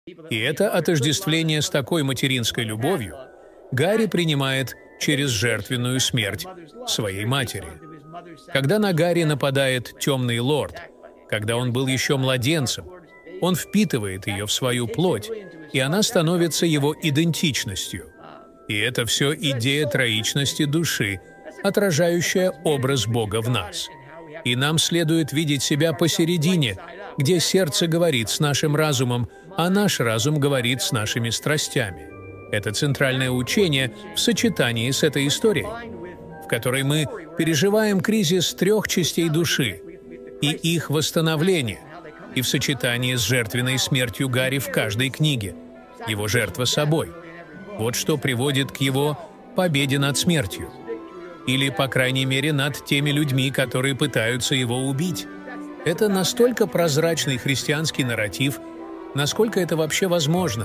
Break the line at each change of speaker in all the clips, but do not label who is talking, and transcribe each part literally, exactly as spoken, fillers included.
И это отождествление с такой материнской любовью Гарри принимает через жертвенную смерть своей матери. Когда на Гарри нападает темный лорд, когда он был еще младенцем, он впитывает ее в свою плоть, и она становится его идентичностью. И это все идея троичности души, отражающая образ Бога в нас. И нам следует видеть себя посередине, где сердце говорит с нашим разумом, а наш разум говорит с нашими страстями. Это центральное учение в сочетании с этой историей, в которой мы переживаем кризис трех частей души и их восстановление, и в сочетании с жертвенной смертью Гарри в каждой книге, его жертва собой. Вот что приводит к его победе над смертью. Или, по крайней мере, над теми людьми, которые пытаются его убить. Это настолько прозрачный христианский нарратив, насколько это вообще возможно.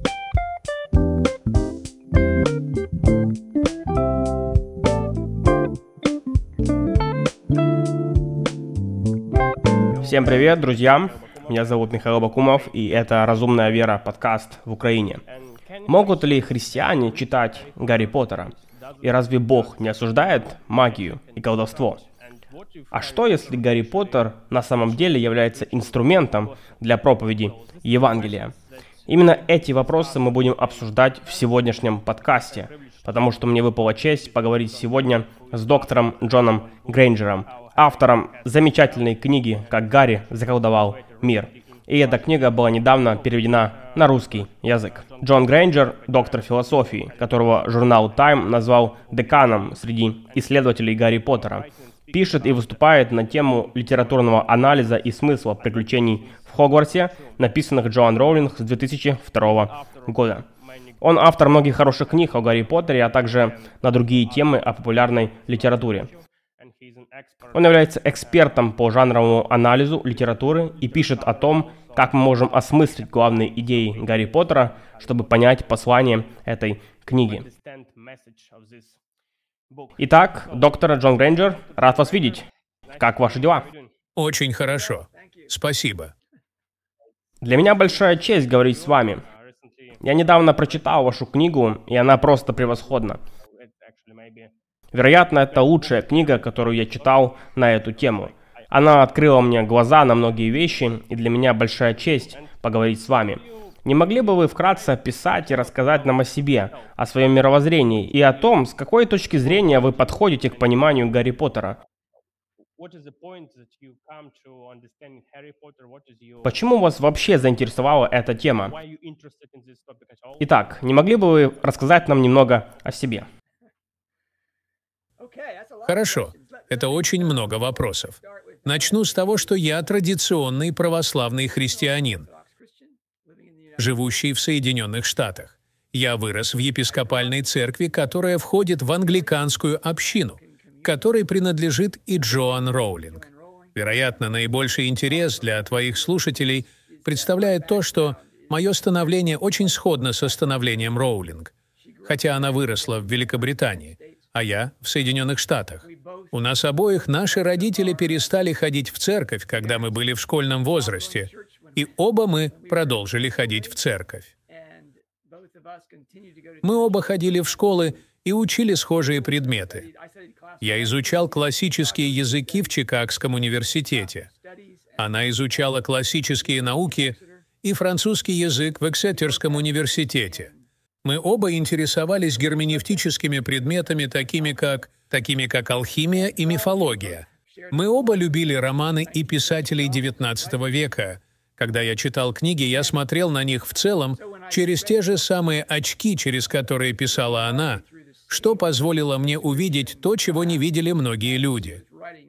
Всем привет, друзья! Меня зовут Михаил Абакумов, и это «Разумная вера» подкаст в Украине. Могут ли христиане читать Гарри Поттера? И разве Бог не осуждает магию и колдовство? А что, если Гарри Поттер на самом деле является инструментом для проповеди Евангелия? Именно эти вопросы мы будем обсуждать в сегодняшнем подкасте, потому что мне выпала честь поговорить сегодня с доктором Джоном Грейнджером, автором замечательной книги «Как Гарри заколдовал мир». И эта книга была недавно переведена на русский язык. Джон Грейнджер – доктор философии, которого журнал Time назвал деканом среди исследователей Гарри Поттера. Пишет и выступает на тему литературного анализа и смысла приключений в Хогвартсе, написанных Джоан Роулинг с две тысячи второго года. Он автор многих хороших книг о Гарри Поттере, а также на другие темы о популярной литературе. Он является экспертом по жанровому анализу литературы и пишет о том, как мы можем осмыслить главные идеи Гарри Поттера, чтобы понять послание этой книги. Итак, доктор Джон Грейнджер, рад вас видеть. Как ваши дела?
Очень хорошо. Спасибо.
Для меня большая честь говорить с вами. Я недавно прочитал вашу книгу, и она просто превосходна. Вероятно, это лучшая книга, которую я читал на эту тему. Она открыла мне глаза на многие вещи, и для меня большая честь поговорить с вами. Не могли бы вы вкратце описать и рассказать нам о себе, о своем мировоззрении и о том, с какой точки зрения вы подходите к пониманию Гарри Поттера? Почему вас вообще заинтересовала эта тема? Итак, не могли бы вы рассказать нам немного о себе?
Хорошо. Это очень много вопросов. Начну с того, что я традиционный православный христианин, живущий в Соединенных Штатах. Я вырос в епископальной церкви, которая входит в англиканскую общину, которой принадлежит и Джоан Роулинг. Вероятно, наибольший интерес для твоих слушателей представляет то, что мое становление очень сходно со становлением Роулинг, хотя она выросла в Великобритании, а я в Соединенных Штатах. У нас обоих наши родители перестали ходить в церковь, когда мы были в школьном возрасте, и оба мы продолжили ходить в церковь. Мы оба ходили в школы и учили схожие предметы. Я изучал классические языки в Чикагском университете. Она изучала классические науки и французский язык в Эксетерском университете. Мы оба интересовались герменевтическими предметами, такими как, такими как алхимия и мифология. Мы оба любили романы и писателей девятнадцатого века. Когда я читал книги, я смотрел на них в целом через те же самые очки, через которые писала она, что позволило мне увидеть то, чего не видели многие люди.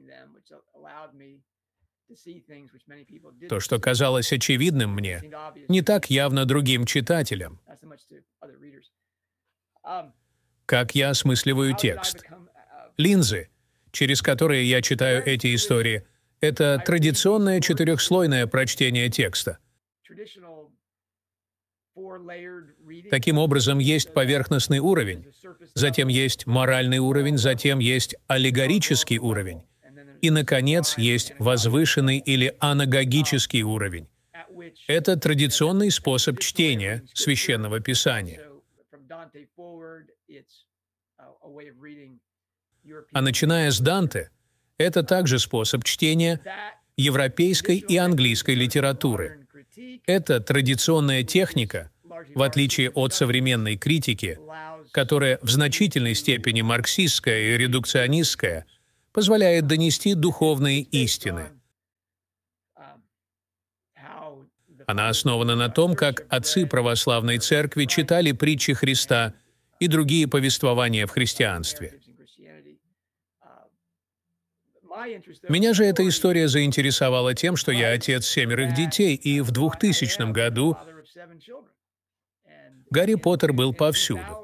То, что казалось очевидным мне, не так явно другим читателям. Как я осмысливаю текст? Линзы, через которые я читаю эти истории, это традиционное четырехслойное прочтение текста. Таким образом, есть поверхностный уровень, затем есть моральный уровень, затем есть аллегорический уровень, и, наконец, есть возвышенный или анагогический уровень. Это традиционный способ чтения Священного Писания. А начиная с Данте, это также способ чтения европейской и английской литературы. Это традиционная техника, в отличие от современной критики, которая в значительной степени марксистская и редукционистская, позволяет донести духовные истины. Она основана на том, как отцы православной церкви читали притчи Христа и другие повествования в христианстве. Меня же эта история заинтересовала тем, что я отец семерых детей, и в двухтысячном году Гарри Поттер был повсюду.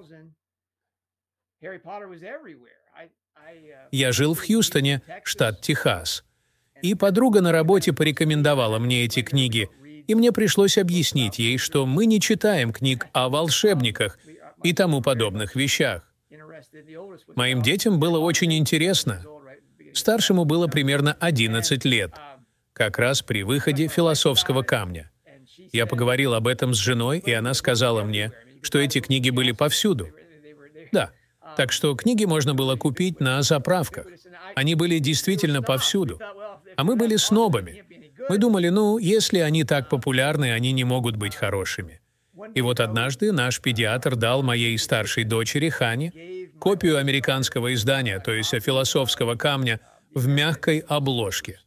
Я жил в Хьюстоне, штат Техас, и подруга на работе порекомендовала мне эти книги, и мне пришлось объяснить ей, что мы не читаем книг о волшебниках и тому подобных вещах. Моим детям было очень интересно. Старшему было примерно одиннадцать лет, как раз при выходе «Философского камня». Я поговорил об этом с женой, и она сказала мне, что эти книги были повсюду. Да, так что книги можно было купить на заправках. Они были действительно повсюду. А мы были снобами. Мы думали, ну, если они так популярны, они не могут быть хорошими. И вот однажды наш педиатр дал моей старшей дочери Хане копию американского издания, то есть «Философского камня», в мягкой обложке.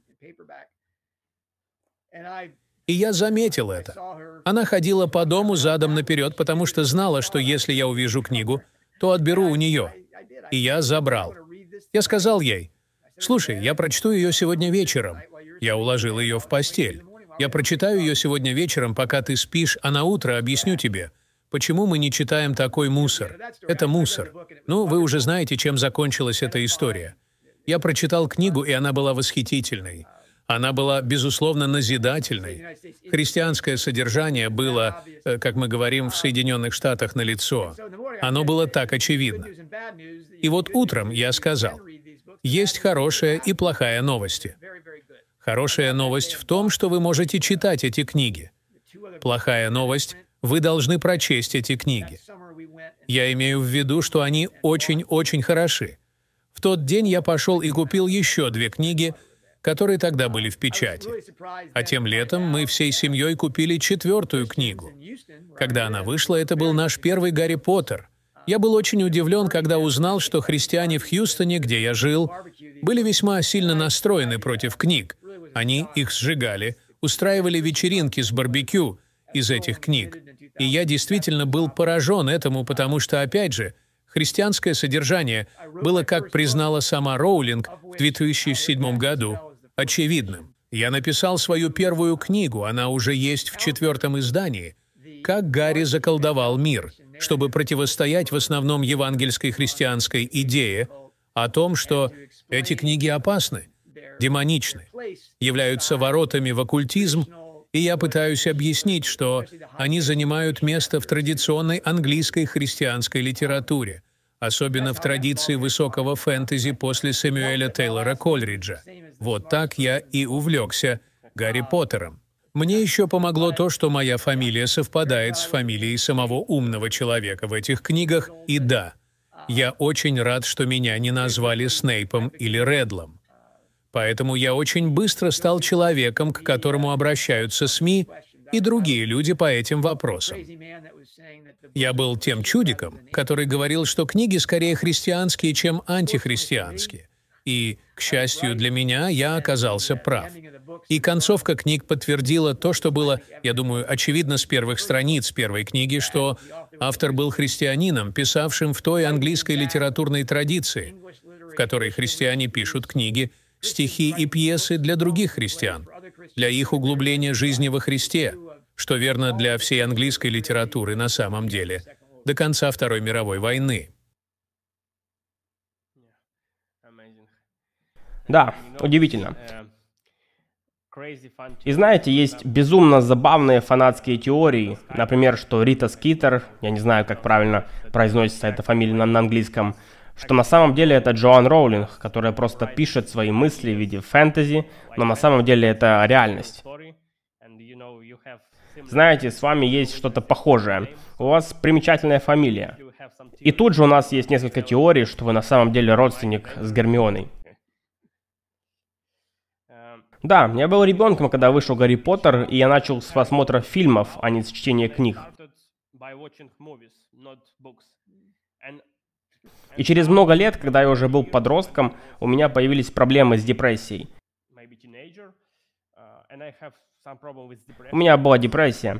И я заметил это. Она ходила по дому задом наперед, потому что знала, что если я увижу книгу, то отберу у нее. И я забрал. Я сказал ей: «Слушай, я прочту ее сегодня вечером». Я уложил ее в постель. «Я прочитаю ее сегодня вечером, пока ты спишь, а на утро объясню тебе, почему мы не читаем такой мусор. Это мусор. Ну, вы уже знаете, чем закончилась эта история». Я прочитал книгу, и она была восхитительной. Она была, безусловно, назидательной. Христианское содержание было, как мы говорим в Соединенных Штатах, налицо. Оно было так очевидно. И вот утром я сказал: есть хорошая и плохая новости. Хорошая новость в том, что вы можете читать эти книги. Плохая новость — вы должны прочесть эти книги. Я имею в виду, что они очень-очень хороши. В тот день я пошел и купил еще две книги, которые тогда были в печати. А тем летом мы всей семьей купили четвертую книгу. Когда она вышла, это был наш первый Гарри Поттер. Я был очень удивлен, когда узнал, что христиане в Хьюстоне, где я жил, были весьма сильно настроены против книг. Они их сжигали, устраивали вечеринки с барбекю из этих книг. И я действительно был поражен этому, потому что, опять же, христианское содержание было, как признала сама Роулинг в две тысячи седьмом году, очевидным. Я написал свою первую книгу, она уже есть в четвертом издании, «Как Гарри заколдовал мир», чтобы противостоять в основном евангельской христианской идее о том, что эти книги опасны, демоничны, являются воротами в оккультизм, и я пытаюсь объяснить, что они занимают место в традиционной английской христианской литературе, особенно в традиции высокого фэнтези после Сэмюэля Тейлора Колриджа. Вот так я и увлекся Гарри Поттером. Мне еще помогло то, что моя фамилия совпадает с фамилией самого умного человека в этих книгах, и да, я очень рад, что меня не назвали Снейпом или Редлом. Поэтому я очень быстро стал человеком, к которому обращаются СМИ и другие люди по этим вопросам. Я был тем чудиком, который говорил, что книги скорее христианские, чем антихристианские. И, к счастью для меня, я оказался прав. И концовка книг подтвердила то, что было, я думаю, очевидно с первых страниц первой книги, что автор был христианином, писавшим в той английской литературной традиции, в которой христиане пишут книги, стихи и пьесы для других христиан, для их углубления жизни во Христе, что верно для всей английской литературы на самом деле, до конца Второй мировой войны.
Да, удивительно. И знаете, есть безумно забавные фанатские теории, например, что Рита Скитер, я не знаю, как правильно произносится эта фамилия на, на английском, что на самом деле это Джоан Роулинг, которая просто пишет свои мысли в виде фэнтези, но на самом деле это реальность. Знаете, с вами есть что-то похожее. У вас примечательная фамилия. И тут же у нас есть несколько теорий, что вы на самом деле родственник с Гермионой. Да, я был ребенком, когда вышел Гарри Поттер, и я начал с просмотра фильмов, а не с чтения книг. И через много лет, когда я уже был подростком, у меня появились проблемы с депрессией. У меня была депрессия.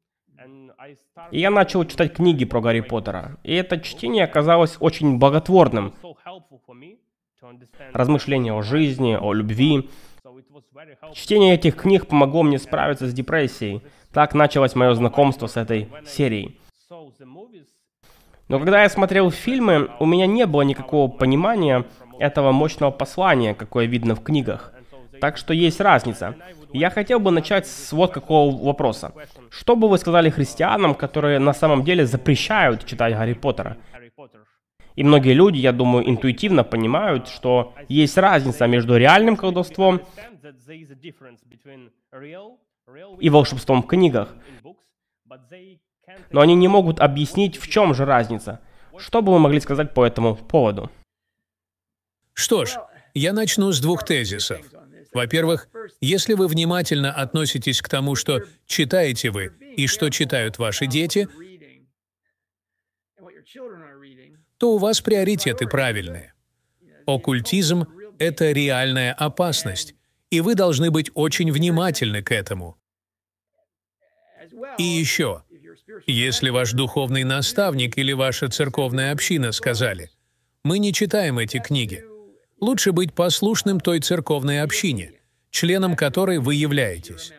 И я начал читать книги про Гарри Поттера. И это чтение оказалось очень благотворным. Размышления о жизни, о любви. Чтение этих книг помогло мне справиться с депрессией. Так началось мое знакомство с этой серией. Но когда я смотрел фильмы, у меня не было никакого понимания этого мощного послания, какое видно в книгах. Так что есть разница. Я хотел бы начать с вот какого вопроса. Что бы вы сказали христианам, которые на самом деле запрещают читать Гарри Поттера? И многие люди, я думаю, интуитивно понимают, что есть разница между реальным колдовством и волшебством в книгах. Но они не могут объяснить, в чем же разница. Что бы вы могли сказать по этому поводу?
Что ж, я начну с двух тезисов. Во-первых, если вы внимательно относитесь к тому, что читаете вы и что читают ваши дети, то у вас приоритеты правильные. Оккультизм — это реальная опасность, и вы должны быть очень внимательны к этому. И еще, если ваш духовный наставник или ваша церковная община сказали: «Мы не читаем эти книги», лучше быть послушным той церковной общине, членом которой вы являетесь.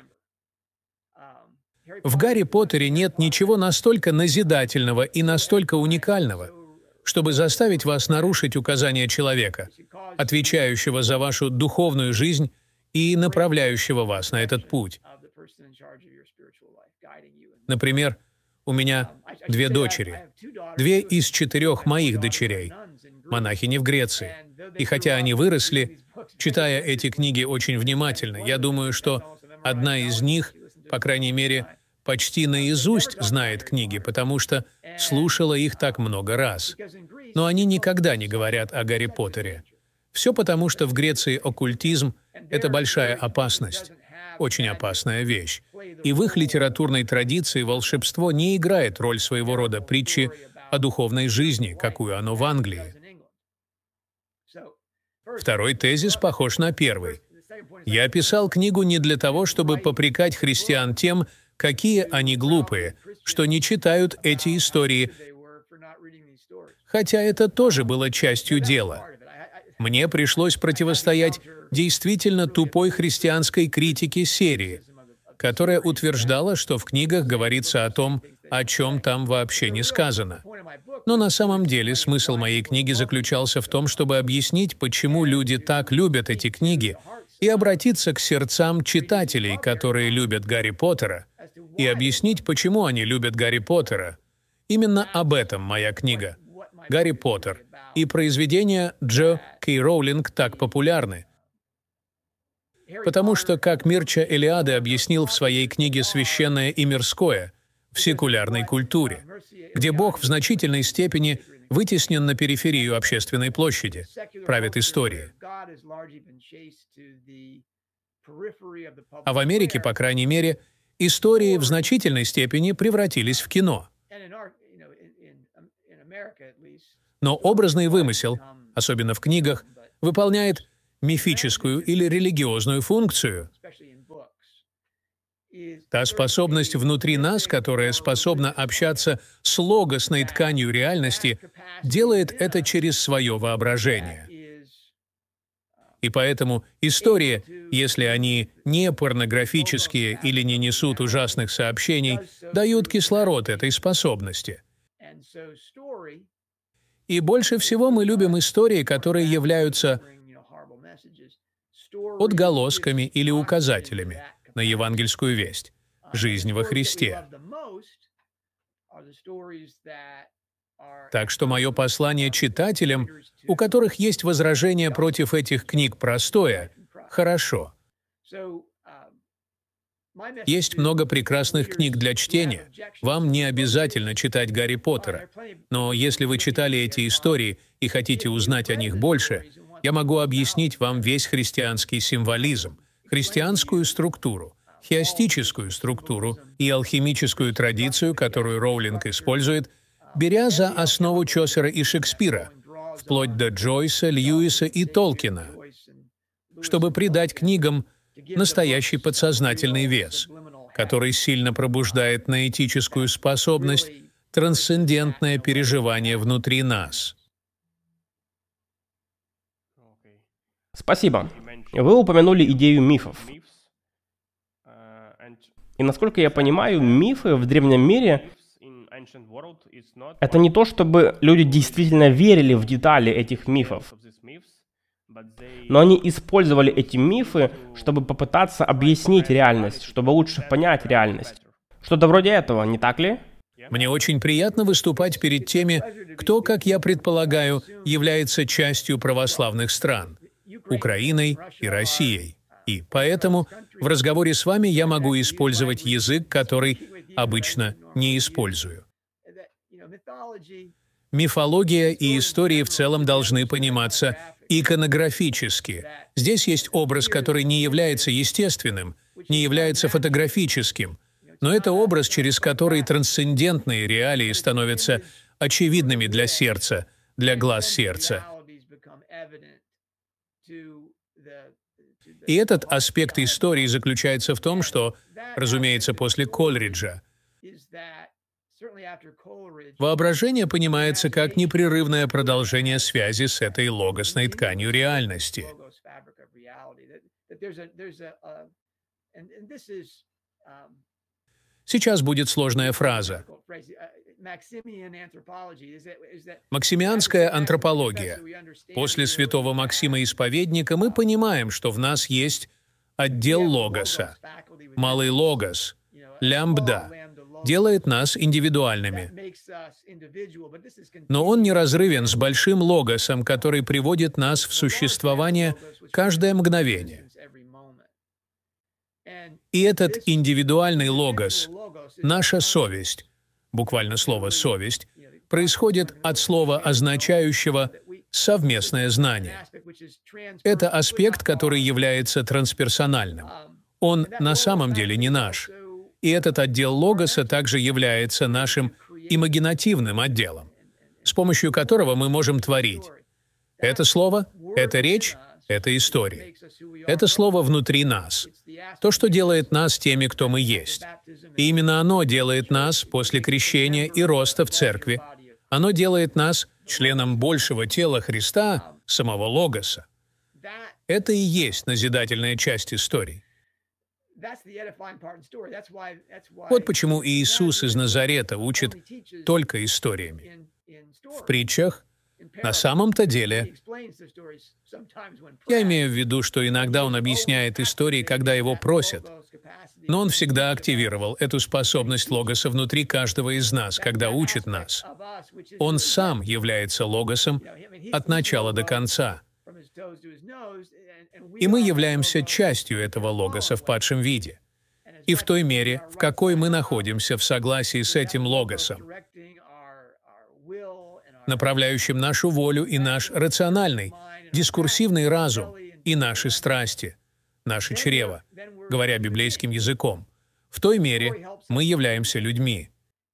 В Гарри Поттере нет ничего настолько назидательного и настолько уникального, чтобы заставить вас нарушить указания человека, отвечающего за вашу духовную жизнь и направляющего вас на этот путь. Например, у меня две дочери, две из четырех моих дочерей, монахини в Греции. И хотя они выросли, читая эти книги очень внимательно, я думаю, что одна из них, по крайней мере, почти наизусть знает книги, потому что слушала их так много раз. Но они никогда не говорят о Гарри Поттере. Все потому, что в Греции оккультизм — это большая опасность, очень опасная вещь. И в их литературной традиции волшебство не играет роль своего рода притчи о духовной жизни, какую оно в Англии. Второй тезис похож на первый. Я писал книгу не для того, чтобы попрекать христиан тем, какие они глупые, что не читают эти истории, хотя это тоже было частью дела. Мне пришлось противостоять действительно тупой христианской критике серии, которая утверждала, что в книгах говорится о том, о чем там вообще не сказано. Но на самом деле смысл моей книги заключался в том, чтобы объяснить, почему люди так любят эти книги, и обратиться к сердцам читателей, которые любят Гарри Поттера, и объяснить, почему они любят Гарри Поттера. Именно об этом моя книга «Гарри Поттер» и произведения Джо Кей Роулинг так популярны. Потому что, как Мирча Элиаде объяснил в своей книге «Священное и мирское», в секулярной культуре, где Бог в значительной степени вытеснен на периферию общественной площади, правит история. А в Америке, по крайней мере, истории в значительной степени превратились в кино. Но образный вымысел, особенно в книгах, выполняет мифическую или религиозную функцию. Та способность внутри нас, которая способна общаться с логосной тканью реальности, делает это через свое воображение. И поэтому истории, если они не порнографические или не несут ужасных сообщений, дают кислород этой способности. И больше всего мы любим истории, которые являются отголосками или указателями на евангельскую весть — жизнь во Христе. Так что мое послание читателям, у которых есть возражения против этих книг, простое: хорошо. Есть много прекрасных книг для чтения. Вам не обязательно читать Гарри Поттера. Но если вы читали эти истории и хотите узнать о них больше, я могу объяснить вам весь христианский символизм, христианскую структуру, хиастическую структуру и алхимическую традицию, которую Роулинг использует, беря за основу Чосера и Шекспира, вплоть до Джойса, Льюиса и Толкина, чтобы придать книгам настоящий подсознательный вес, который сильно пробуждает наэтическую способность, трансцендентное переживание внутри нас.
Спасибо. Вы упомянули идею мифов. И насколько я понимаю, мифы в древнем мире — это не то, чтобы люди действительно верили в детали этих мифов, но они использовали эти мифы, чтобы попытаться объяснить реальность, чтобы лучше понять реальность. Что-то вроде этого, не так ли?
Мне очень приятно выступать перед теми, кто, как я предполагаю, является частью православных стран — Украиной и Россией. И поэтому в разговоре с вами я могу использовать язык, который обычно не использую. Мифология и истории в целом должны пониматься иконографически. Здесь есть образ, который не является естественным, не является фотографическим, но это образ, через который трансцендентные реалии становятся очевидными для сердца, для глаз сердца. И этот аспект истории заключается в том, что, разумеется, после Колриджа, воображение понимается как непрерывное продолжение связи с этой логосной тканью реальности. Сейчас будет сложная фраза. Максимианская антропология. После святого Максима Исповедника мы понимаем, что в нас есть отдел логоса. Малый логос, лямбда, делает нас индивидуальными. Но он неразрывен с большим логосом, который приводит нас в существование каждое мгновение. И этот индивидуальный логос, наша совесть, буквально слово «совесть», происходит от слова, означающего «совместное знание». Это аспект, который является трансперсональным. Он на самом деле не наш. И этот отдел логоса также является нашим имагинативным отделом, с помощью которого мы можем творить. Это слово, это речь, это история. Это слово внутри нас. То, что делает нас теми, кто мы есть. И именно оно делает нас после крещения и роста в церкви. Оно делает нас членом большего тела Христа, самого Логоса. Это и есть назидательная часть истории. Вот почему Иисус из Назарета учит только историями. В притчах на самом-то деле, я имею в виду, что иногда он объясняет истории, когда его просят, но он всегда активировал эту способность логоса внутри каждого из нас, когда учит нас. Он сам является логосом от начала до конца. И мы являемся частью этого логоса в падшем виде. И в той мере, в какой мы находимся в согласии с этим логосом, направляющим нашу волю и наш рациональный, дискурсивный разум и наши страсти, наше чрево, говоря библейским языком, в той мере мы являемся людьми.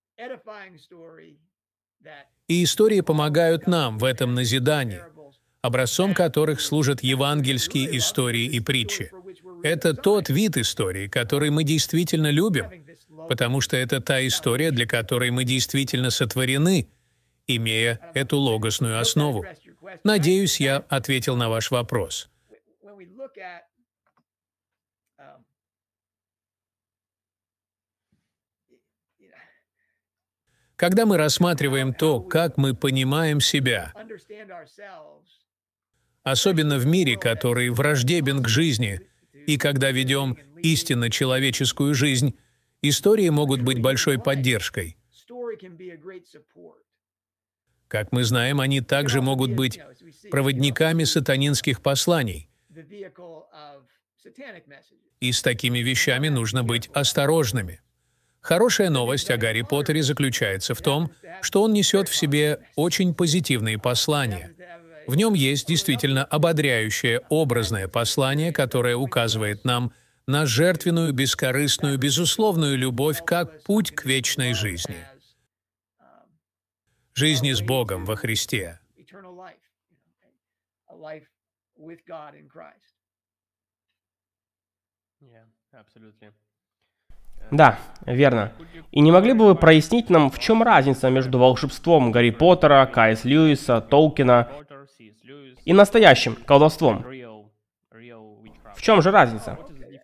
И истории помогают нам в этом назидании, образцом которых служат евангельские истории и притчи. Это тот вид истории, который мы действительно любим, потому что это та история, для которой мы действительно сотворены, имея эту логосную основу. Надеюсь, я ответил на ваш вопрос. Когда мы рассматриваем то, как мы понимаем себя, особенно в мире, который враждебен к жизни, и когда ведем истинно человеческую жизнь, истории могут быть большой поддержкой. Как мы знаем, они также могут быть проводниками сатанинских посланий. И с такими вещами нужно быть осторожными. Хорошая новость о Гарри Поттере заключается в том, что он несет в себе очень позитивные послания. В нем есть действительно ободряющее, образное послание, которое указывает нам на жертвенную, бескорыстную, безусловную любовь как путь к вечной жизни. Жизни с Богом во Христе.
Да, верно. И не могли бы вы прояснить нам, в чем разница между волшебством Гарри Поттера, Кая Льюиса, Толкина и настоящим колдовством? В чем же разница?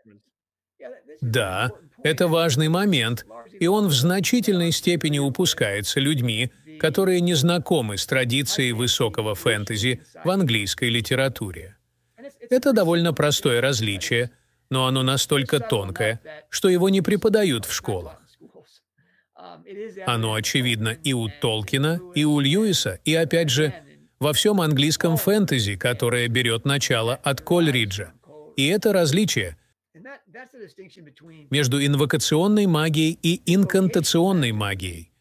Да, это важный момент, и он в значительной степени упускается людьми, которые не знакомы с традицией высокого фэнтези в английской литературе. Это довольно простое различие, но оно настолько тонкое, что его не преподают в школах. Оно очевидно и у Толкина, и у Льюиса, и, опять же, во всем английском фэнтези, которое берет начало от Колриджа. И это различие между инвокационной магией и инкантационной магией.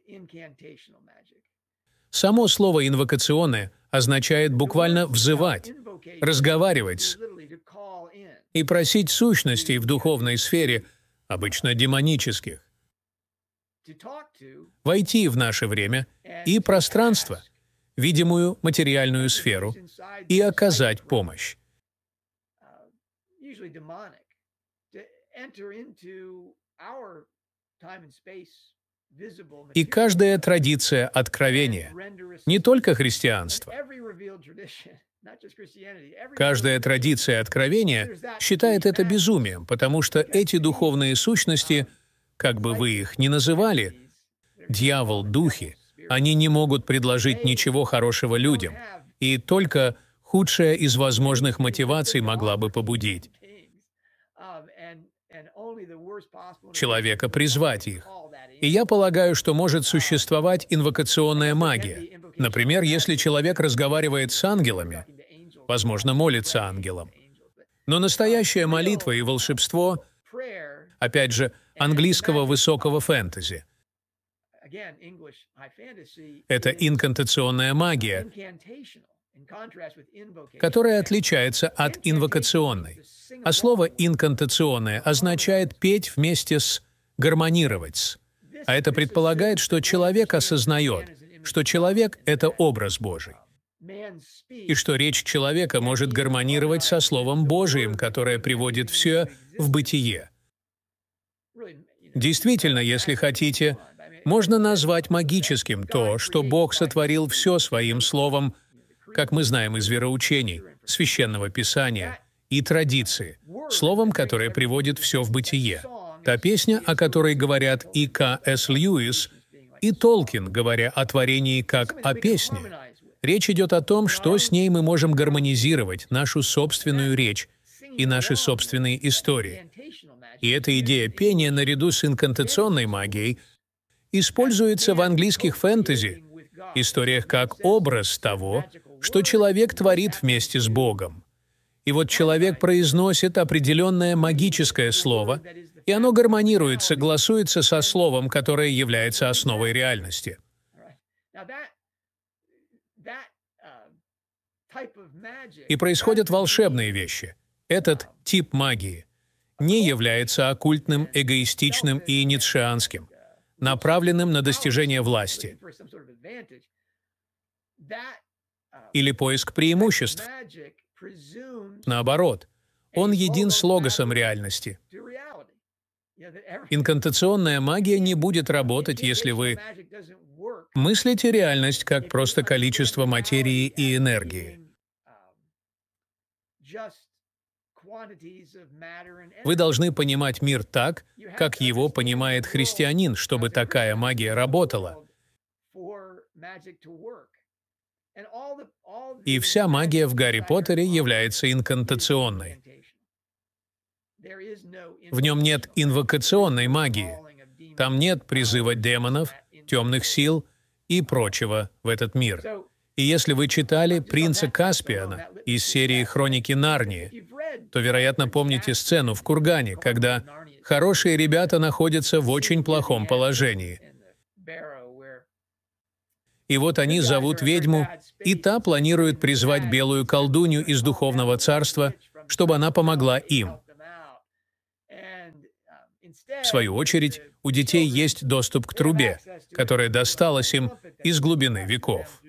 Само слово «инвокационное» означает буквально «взывать», «разговаривать с» и просить сущностей в духовной сфере, обычно демонических, войти в наше время и пространство, видимую материальную сферу, и оказать помощь. И каждая традиция откровения, не только христианство, каждая традиция откровения считает это безумием, потому что эти духовные сущности, как бы вы их ни называли, дьявол, духи, они не могут предложить ничего хорошего людям, и только худшая из возможных мотиваций могла бы побудить человека призвать их. И я полагаю, что может существовать инвокационная магия. Например, если человек разговаривает с ангелами, возможно, молится ангелам. Но настоящая молитва и волшебство, опять же, английского высокого фэнтези, это инкантационная магия, которая отличается от инвокационной. А слово «инкантационное» означает «петь вместе с», «гармонировать с». А это предполагает, что человек осознает, что человек — это образ Божий, и что речь человека может гармонировать со Словом Божиим, которое приводит все в бытие. Действительно, если хотите, можно назвать магическим то, что Бог сотворил все Своим Словом, как мы знаем из вероучений, Священного Писания и традиции, словом, которое приводит все в бытие. Та песня, о которой говорят и К С Льюис, и Толкин, говоря о творении как о песне. Речь идет о том, что с ней мы можем гармонизировать нашу собственную речь и наши собственные истории. И эта идея пения наряду с инкантационной магией используется в английских фэнтези, историях как образ того, что человек творит вместе с Богом. И вот человек произносит определенное магическое слово, и оно гармонирует, согласуется со словом, которое является основой реальности. И происходят волшебные вещи. Этот тип магии не является оккультным, эгоистичным и ницшеанским, направленным на достижение власти или поиск преимуществ. Наоборот, он един с логосом реальности. Инкантационная магия не будет работать, если вы мыслите реальность как просто количество материи и энергии. Вы должны понимать мир так, как его понимает христианин, чтобы такая магия работала. И вся магия в Гарри Поттере является инкантационной. В нем нет инвокационной магии. Там нет призыва демонов, темных сил и прочего в этот мир. И если вы читали «Принца Каспиана» из серии «Хроники Нарнии», то, вероятно, помните сцену в Кургане, когда хорошие ребята находятся в очень плохом положении. И вот они зовут ведьму, и та планирует призвать белую колдунью из духовного царства, чтобы она помогла им. В свою очередь, у детей есть доступ к трубе, которая досталась им из глубины веков.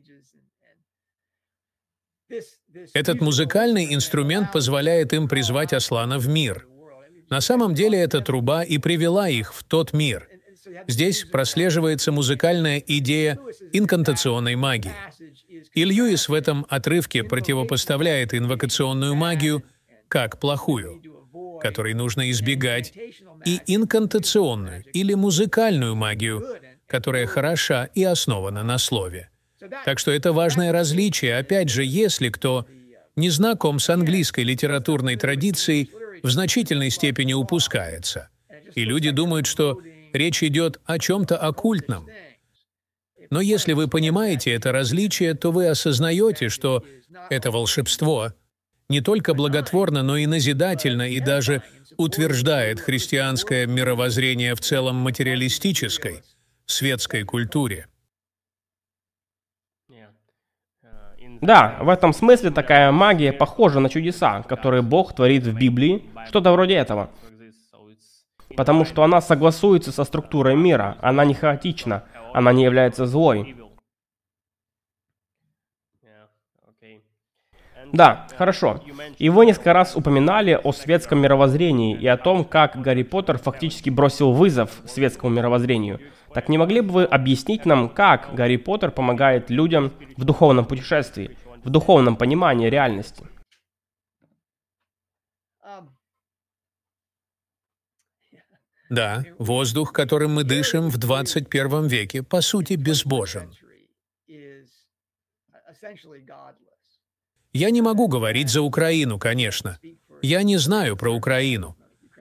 Этот музыкальный инструмент позволяет им призвать Аслана в мир. На самом деле, эта труба и привела их в тот мир. Здесь прослеживается музыкальная идея инкантационной магии. И Льюис в этом отрывке противопоставляет инвокационную магию как плохую, которой нужно избегать, и инкантационную или музыкальную магию, которая хороша и основана на слове. Так что это важное различие, опять же, если кто не знаком с английской литературной традицией, в значительной степени упускается. И люди думают, что речь идет о чем-то оккультном. Но если вы понимаете это различие, то вы осознаете, что это волшебство не только благотворно, но и назидательно, и даже утверждает христианское мировоззрение в целом материалистической, светской культуре.
Да, в этом смысле такая магия похожа на чудеса, которые Бог творит в Библии, что-то вроде этого. Потому что она согласуется со структурой мира, она не хаотична, она не является злой. Да, хорошо. И вы несколько раз упоминали о светском мировоззрении и о том, как Гарри Поттер фактически бросил вызов светскому мировоззрению. Так не могли бы вы объяснить нам, как Гарри Поттер помогает людям в духовном путешествии, в духовном понимании реальности?
Да, воздух, которым мы дышим в двадцать первом веке, по сути, безбожен. Я не могу говорить за Украину, конечно. Я не знаю про Украину.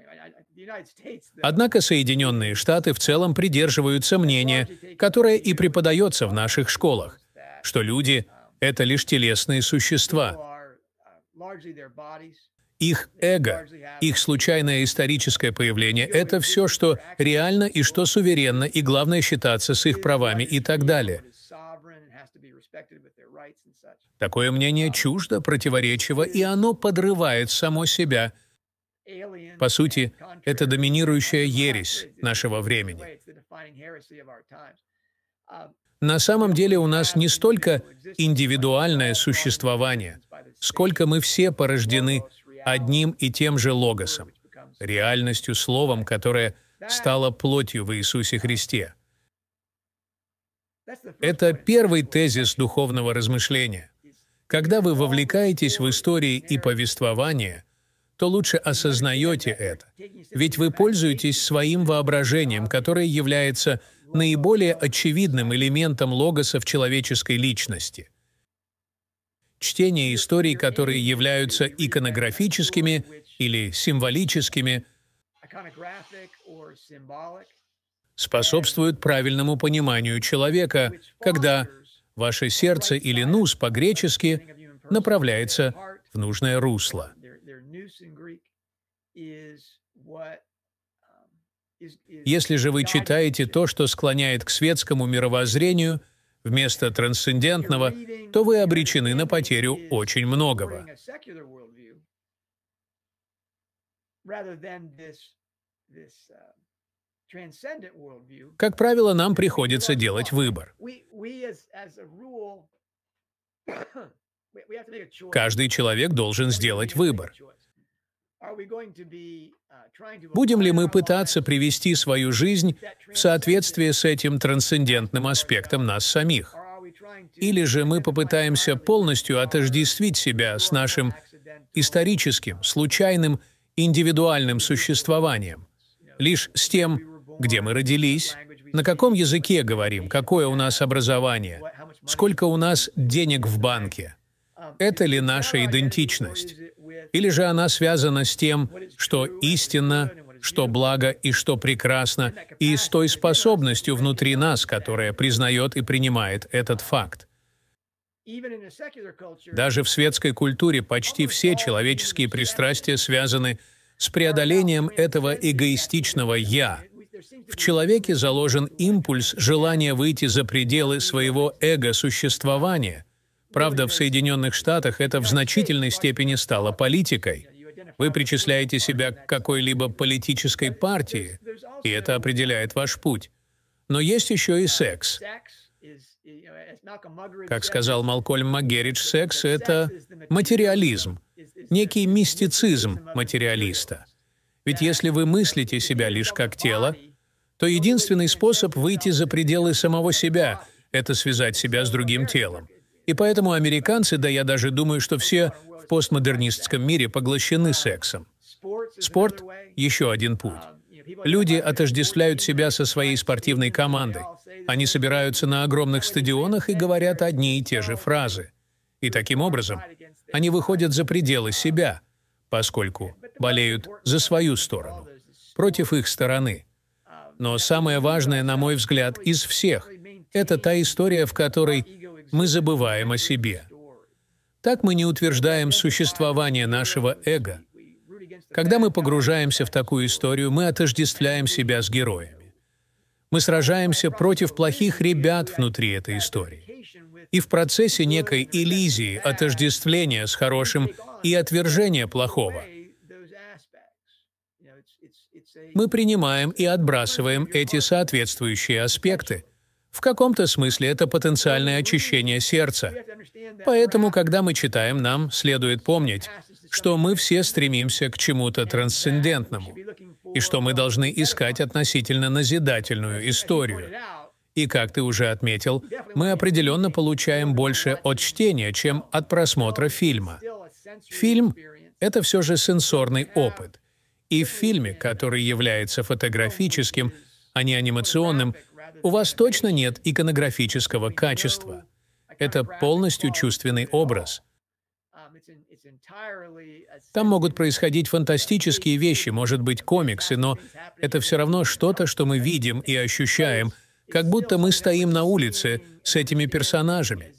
Однако Соединенные Штаты в целом придерживаются мнения, которое и преподается в наших школах, что люди — это лишь телесные существа. Их эго, их случайное историческое появление — это все, что реально и что суверенно, и главное считаться с их правами и так далее. Такое мнение чуждо, противоречиво, и оно подрывает само себя. По сути, это доминирующая ересь нашего времени. На самом деле у нас не столько индивидуальное существование, сколько мы все порождены одним и тем же логосом, реальностью, словом, которое стало плотью в Иисусе Христе. Это первый тезис духовного размышления. Когда вы вовлекаетесь в истории и повествование, то лучше осознаете это, ведь вы пользуетесь своим воображением, которое является наиболее очевидным элементом логоса в человеческой личности. Чтение историй, которые являются иконографическими или символическими, способствует правильному пониманию человека, когда ваше сердце или нус по-гречески направляется в нужное русло. Если же вы читаете то, что склоняет к светскому мировоззрению, вместо трансцендентного, то вы обречены на потерю очень многого. Как правило, нам приходится делать выбор. Каждый человек должен сделать выбор. Будем ли мы пытаться привести свою жизнь в соответствие с этим трансцендентным аспектом нас самих? Или же мы попытаемся полностью отождествить себя с нашим историческим, случайным, индивидуальным существованием, лишь с тем, где мы родились, на каком языке говорим, какое у нас образование, сколько у нас денег в банке. Это ли наша идентичность? Или же она связана с тем, что истинно, что благо и что прекрасно, и с той способностью внутри нас, которая признает и принимает этот факт? Даже в светской культуре почти все человеческие пристрастия связаны с преодолением этого эгоистичного «я». В человеке заложен импульс желания выйти за пределы своего эго-существования. Правда, в Соединенных Штатах это в значительной степени стало политикой. Вы причисляете себя к какой-либо политической партии, и это определяет ваш путь. Но есть еще и секс. Как сказал Малкольм Макгеридж, секс — это материализм, некий мистицизм материалиста. Ведь если вы мыслите себя лишь как тело, то единственный способ выйти за пределы самого себя — это связать себя с другим телом. И поэтому американцы, да я даже думаю, что все в постмодернистском мире поглощены сексом. Спорт — еще один путь. Люди отождествляют себя со своей спортивной командой. Они собираются на огромных стадионах и говорят одни и те же фразы. И таким образом они выходят за пределы себя, поскольку болеют за свою сторону, против их стороны. Но самое важное, на мой взгляд, из всех — это та история, в которой мы забываем о себе. Так мы не утверждаем существование нашего эго. Когда мы погружаемся в такую историю, мы отождествляем себя с героями. Мы сражаемся против плохих ребят внутри этой истории. И в процессе некой элизии, отождествления с хорошим и отвержения плохого, мы принимаем и отбрасываем эти соответствующие аспекты. В каком-то смысле это потенциальное очищение сердца. Поэтому, когда мы читаем, нам следует помнить, что мы все стремимся к чему-то трансцендентному, и что мы должны искать относительно назидательную историю. И, как ты уже отметил, мы определенно получаем больше от чтения, чем от просмотра фильма. Фильм — это все же сенсорный опыт. И в фильме, который является фотографическим, а не анимационным, у вас точно нет иконографического качества. Это полностью чувственный образ. Там могут происходить фантастические вещи, может быть, комиксы, но это все равно что-то, что мы видим и ощущаем, как будто мы стоим на улице с этими персонажами.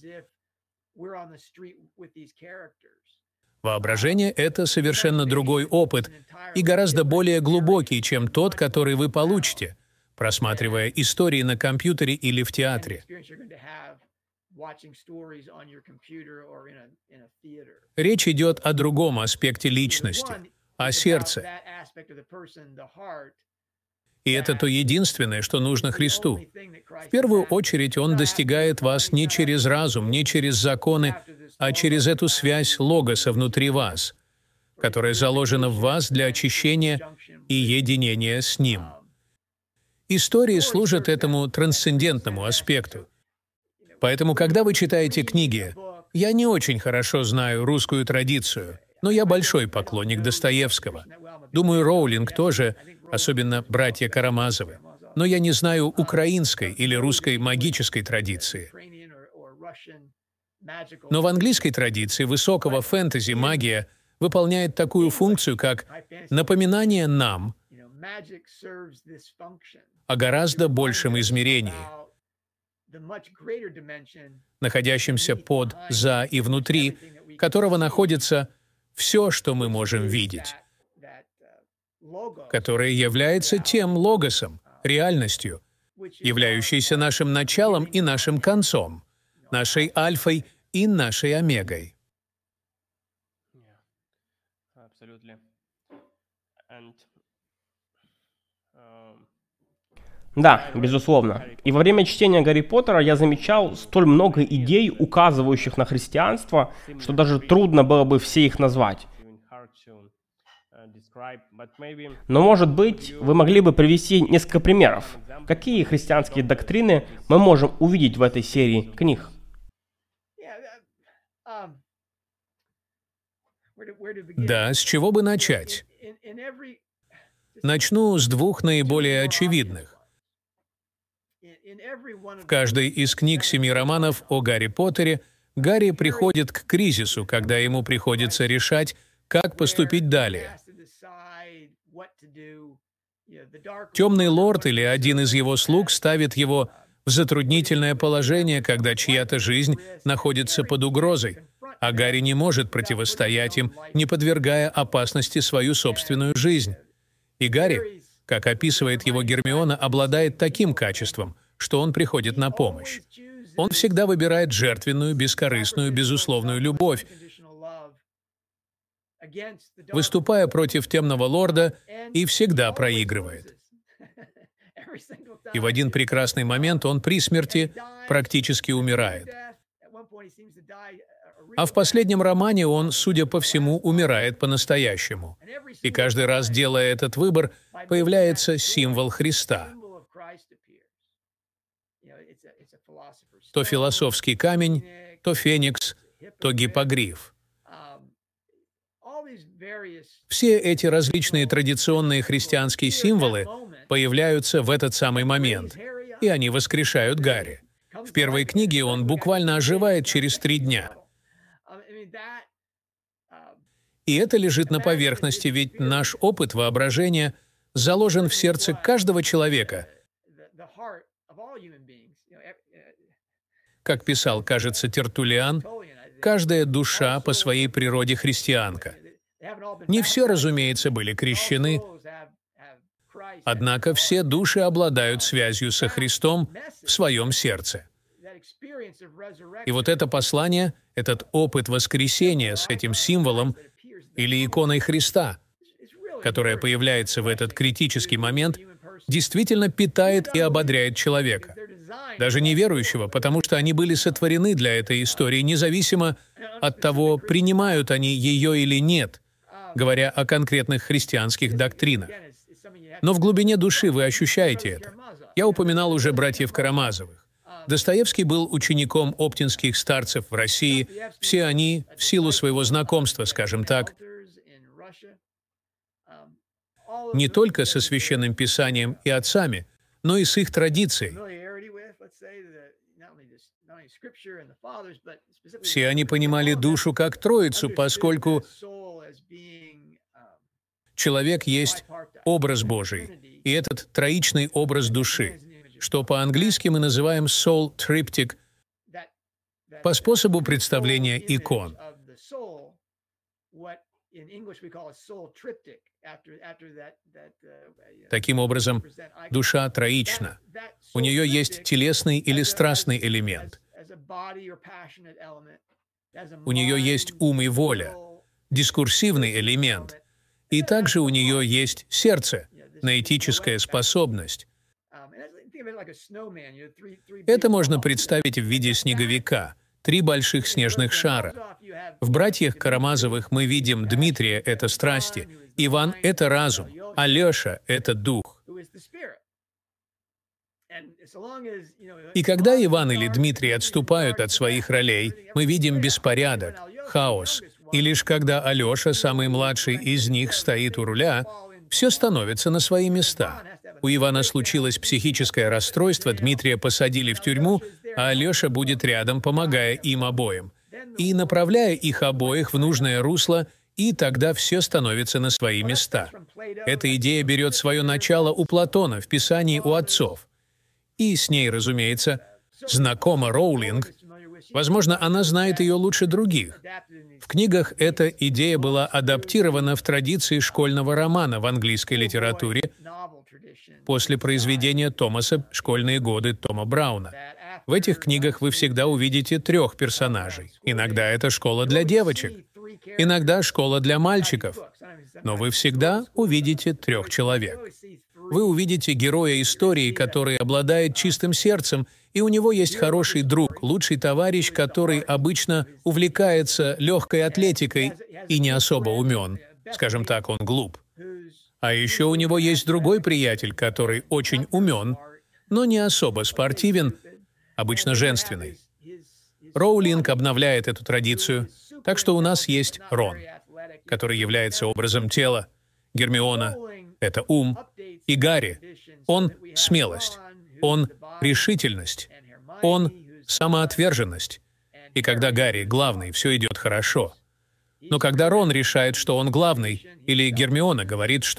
Воображение — это совершенно другой опыт и гораздо более глубокий, чем тот, который вы получите, просматривая истории на компьютере или в театре. Речь идет о другом аспекте личности, о сердце. И это то единственное, что нужно Христу. В первую очередь Он достигает вас не через разум, не через законы, а через эту связь Логоса внутри вас, которая заложена в вас для очищения и единения с Ним. Истории служат этому трансцендентному аспекту. Поэтому, когда вы читаете книги, я не очень хорошо знаю русскую традицию, но я большой поклонник Достоевского. Думаю, Роулинг тоже, особенно братья Карамазовы. Но я не знаю украинской или русской магической традиции. Но в английской традиции высокого фэнтези магия выполняет такую функцию, как напоминание нам о гораздо большем измерении, находящемся под, за и внутри, которого находится все, что мы можем видеть, которое является тем логосом, реальностью, являющейся нашим началом и нашим концом, нашей альфой и нашей омегой.
Да, безусловно. И во время чтения Гарри Поттера я замечал столь много идей, указывающих на христианство, что даже трудно было бы все их назвать. Но, может быть, вы могли бы привести несколько примеров. Какие христианские доктрины мы можем увидеть в этой серии книг?
Да, с чего бы начать? Начну с двух наиболее очевидных. В каждой из книг семи романов о Гарри Поттере Гарри приходит к кризису, когда ему приходится решать, как поступить далее. Темный лорд или один из его слуг ставит его в затруднительное положение, когда чья-то жизнь находится под угрозой, а Гарри не может противостоять им, не подвергая опасности свою собственную жизнь. И Гарри, как описывает его Гермиона, обладает таким качеством, что он приходит на помощь. Он всегда выбирает жертвенную, бескорыстную, безусловную любовь, выступая против темного лорда, и всегда проигрывает. И в один прекрасный момент он при смерти практически умирает. А в последнем романе он, судя по всему, умирает по-настоящему. И каждый раз, делая этот выбор, появляется символ Христа. То философский камень, то феникс, то гиппогриф. Все эти различные традиционные христианские символы появляются в этот самый момент, и они воскрешают Гарри. В первой книге он буквально оживает через три дня. И это лежит на поверхности, ведь наш опыт воображения заложен в сердце каждого человека. Как писал, кажется, Тертуллиан, каждая душа по своей природе христианка. Не все, разумеется, были крещены, однако все души обладают связью со Христом в своем сердце. И вот это послание, этот опыт воскресения с этим символом или иконой Христа, которая появляется в этот критический момент, действительно питает и ободряет человека. Даже неверующего, потому что они были сотворены для этой истории, независимо от того, принимают они ее или нет, говоря о конкретных христианских доктринах. Но в глубине души вы ощущаете это. Я упоминал уже братьев Карамазовых. Достоевский был учеником оптинских старцев в России. Все они, в силу своего знакомства, скажем так, не только со Священным Писанием и отцами, но и с их традицией. Все они понимали душу как Троицу, поскольку человек есть образ Божий, и этот троичный образ души, что по-английски мы называем soul triptych, по способу представления икон. Таким образом, душа троична. У нее есть телесный или страстный элемент. У нее есть ум и воля, дискурсивный элемент. И также у нее есть сердце, ноэтическая способность. Это можно представить в виде снеговика, три больших снежных шара. В братьях Карамазовых мы видим Дмитрия — это страсти, Иван — это разум, Алеша — это дух. И когда Иван или Дмитрий отступают от своих ролей, мы видим беспорядок, хаос. И лишь когда Алеша, самый младший из них, стоит у руля, все становится на свои места. У Ивана случилось психическое расстройство, Дмитрия посадили в тюрьму, а Алеша будет рядом, помогая им обоим, и направляя их обоих в нужное русло, и тогда все становится на свои места. Эта идея берет свое начало у Платона в Писании у отцов. И с ней, разумеется, знакома Роулинг. Возможно, она знает ее лучше других. В книгах эта идея была адаптирована в традиции школьного романа в английской литературе после произведения Томаса «Школьные годы» Тома Брауна. В этих книгах вы всегда увидите трех персонажей. Иногда это школа для девочек, иногда школа для мальчиков, но вы всегда увидите трех человек. Вы увидите героя истории, который обладает чистым сердцем, и у него есть хороший друг, лучший товарищ, который обычно увлекается легкой атлетикой и не особо умен. Скажем так, он глуп. А еще у него есть другой приятель, который очень умен, но не особо спортивен, обычно женственный. Роулинг обновляет эту традицию, так что у нас есть Рон, который является образом тела, Гермиона — это ум, и Гарри — он смелость, он решительность, он самоотверженность. И когда Гарри главный, все идет хорошо. Но когда Рон решает, что он главный, или Гермиона говорит, что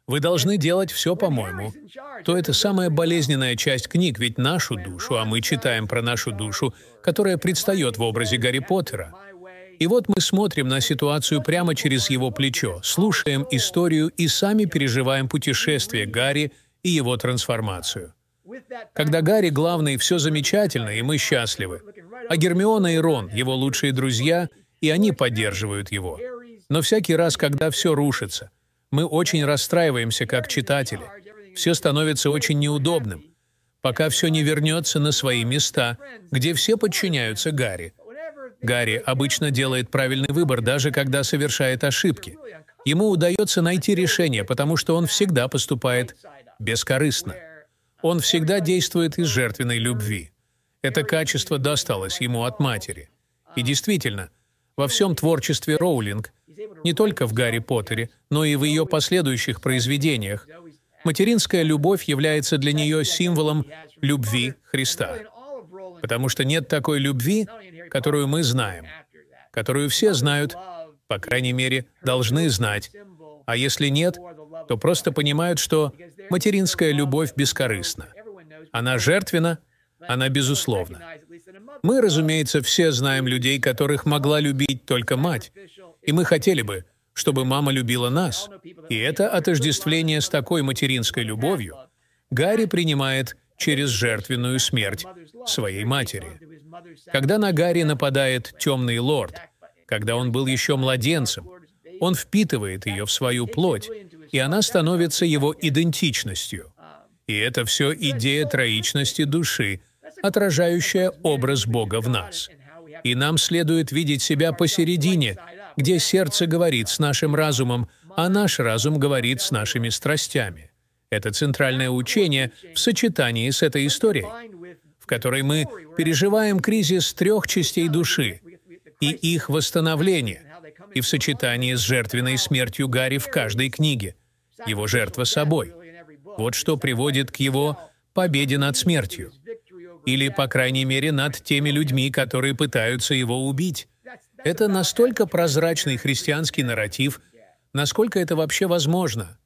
Вы должны делать все по-моему, то это самая болезненная часть книг, ведь нашу душу, а мы читаем про нашу душу, которая предстает в образе Гарри Поттера. И вот мы смотрим на ситуацию прямо через его плечо, слушаем историю и сами переживаем путешествие Гарри и его трансформацию. Когда Гарри главный, все замечательно, и мы счастливы. А Гермиона и Рон — его лучшие друзья, и они поддерживают его. Но всякий раз, когда все рушится, мы очень расстраиваемся как читатели. Все становится очень неудобным, пока все не вернется на свои места, где все подчиняются Гарри. Гарри обычно делает правильный выбор, даже когда совершает ошибки. Ему удается найти решение, потому что он всегда поступает бескорыстно. Он всегда действует из жертвенной любви. Это качество досталось ему от матери. И действительно, во всем творчестве Роулинг, не только в «Гарри Поттере», но и в ее последующих произведениях, материнская любовь является для нее символом любви Христа. Потому что нет такой любви, которую мы знаем, которую все знают, по крайней мере, должны знать. А если нет, то просто понимают, что материнская любовь бескорыстна. Она жертвенна, она безусловна. Мы, разумеется, все знаем людей, которых могла любить только мать, и мы хотели бы, чтобы мама любила нас. И это отождествление с такой материнской любовью Гарри принимает через жертвенную смерть своей матери. Когда на Гарри нападает темный лорд, когда он был еще младенцем, он впитывает ее в свою плоть, и она становится его идентичностью. И это все идея троичности души, отражающая образ Бога в нас. И нам следует видеть себя посередине, где сердце говорит с нашим разумом, а наш разум говорит с нашими страстями. Это центральное учение в сочетании с этой историей, в которой мы переживаем кризис трех частей души и их восстановление, и в сочетании с жертвенной смертью Гарри в каждой книге, его жертва собой. Вот что приводит к его победе над смертью. Или, по крайней мере, над теми людьми, которые пытаются его убить. Это настолько прозрачный христианский нарратив, насколько это вообще возможно.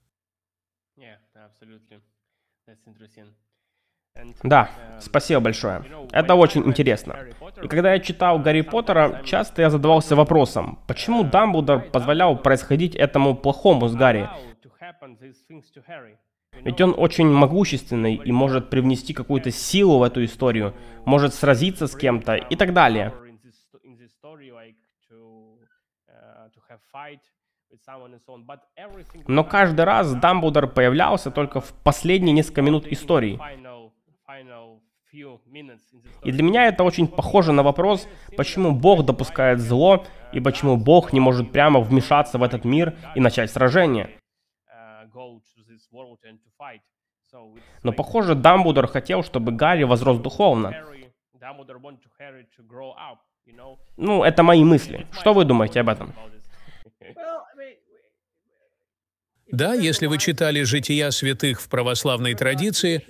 Да, спасибо большое. Это очень интересно. И когда я читал Гарри Поттера, часто я задавался вопросом, почему Дамблдор позволял происходить этому плохому с Гарри? Ведь он очень могущественный и может привнести какую-то силу в эту историю, может сразиться с кем-то и так далее. Но каждый раз Дамблдор появлялся только в последние несколько минут истории. И для меня это очень похоже на вопрос, почему Бог допускает зло, и почему Бог не может прямо вмешаться в этот мир и начать сражение. Но, похоже, Дамблдор хотел, чтобы Гарри возрос духовно. Ну, это мои мысли. Что вы думаете об этом?
Да, если вы читали «Жития святых» в православной традиции,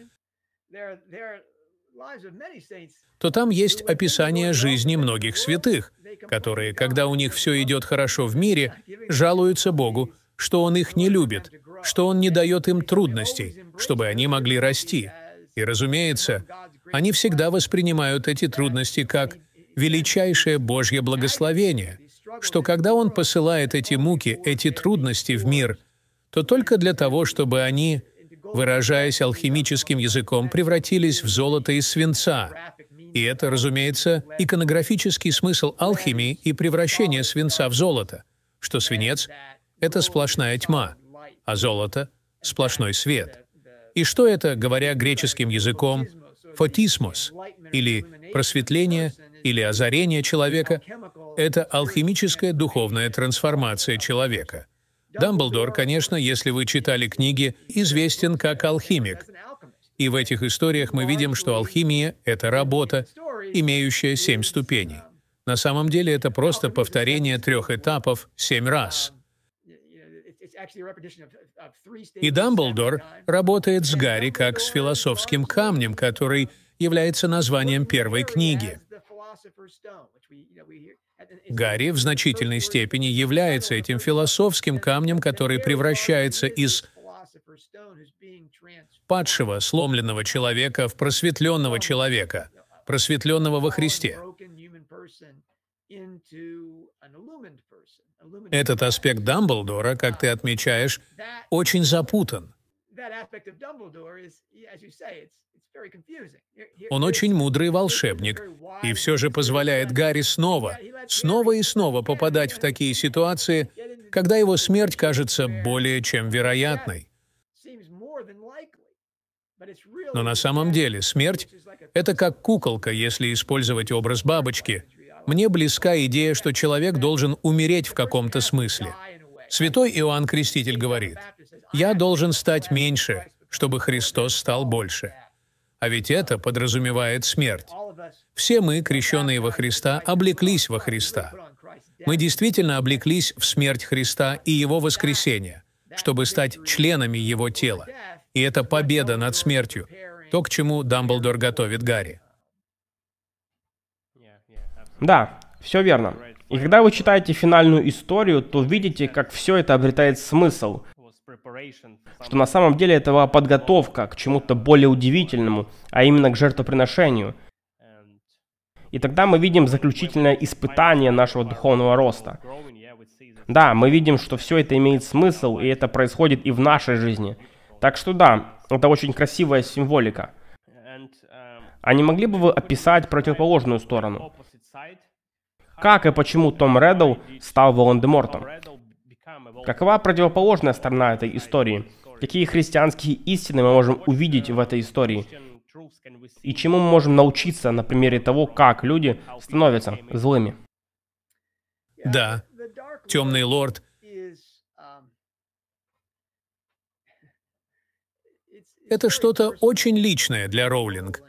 то там есть описание жизни многих святых, которые, когда у них все идет хорошо в мире, жалуются Богу, что Он их не любит, что Он не дает им трудностей, чтобы они могли расти. И, разумеется, они всегда воспринимают эти трудности как величайшее Божье благословение, что когда Он посылает эти муки, эти трудности в мир, то только для того, чтобы они, выражаясь алхимическим языком, превратились в золото из свинца. И это, разумеется, иконографический смысл алхимии и превращения свинца в золото, что свинец — это сплошная тьма, а золото — сплошной свет. И что это, говоря греческим языком, фотисмос, или просветление, или озарение человека — это алхимическая духовная трансформация человека. Дамблдор, конечно, если вы читали книги, известен как алхимик. И в этих историях мы видим, что алхимия — это работа, имеющая семь ступеней. На самом деле это просто повторение трех этапов семь раз. И Дамблдор работает с Гарри как с философским камнем, который является названием первой книги. Гарри в значительной степени является этим философским камнем, который превращается из падшего, сломленного человека в просветленного человека, просветленного во Христе. Этот аспект Дамблдора, как ты отмечаешь, очень запутан. Он очень мудрый волшебник, и все же позволяет Гарри снова, снова и снова попадать в такие ситуации, когда его смерть кажется более чем вероятной. Но на самом деле смерть — это как куколка, если использовать образ бабочки. Мне близка идея, что человек должен умереть в каком-то смысле. Святой Иоанн Креститель говорит: «Я должен стать меньше, чтобы Христос стал больше». А ведь это подразумевает смерть. Все мы, крещенные во Христа, облеклись во Христа. Мы действительно облеклись в смерть Христа и Его воскресение, чтобы стать членами Его тела. И это победа над смертью, то, к чему Дамблдор готовит Гарри.
Да, все верно. И когда вы читаете финальную историю, то видите, как все это обретает смысл. Что на самом деле это была подготовка к чему-то более удивительному, а именно к жертвоприношению. И тогда мы видим заключительное испытание нашего духовного роста. Да, мы видим, что все это имеет смысл, и это происходит и в нашей жизни. Так что да, это очень красивая символика. А не могли бы вы описать противоположную сторону? Как и почему Том Реддл стал Волан-де-Мортом? Какова противоположная сторона этой истории? Какие христианские истины мы можем увидеть в этой истории? И чему мы можем научиться на примере того, как люди становятся злыми?
Да, Темный Лорд — это что-то очень личное для Роулинг.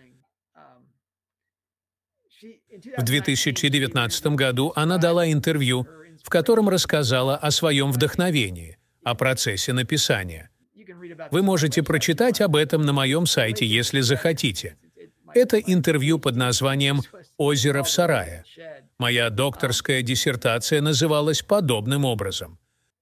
В две тысячи девятнадцатом году она дала интервью, в котором рассказала о своем вдохновении, о процессе написания. Вы можете прочитать об этом на моем сайте, если захотите. Это интервью под названием «Озеро в сарае». Моя докторская диссертация называлась подобным образом.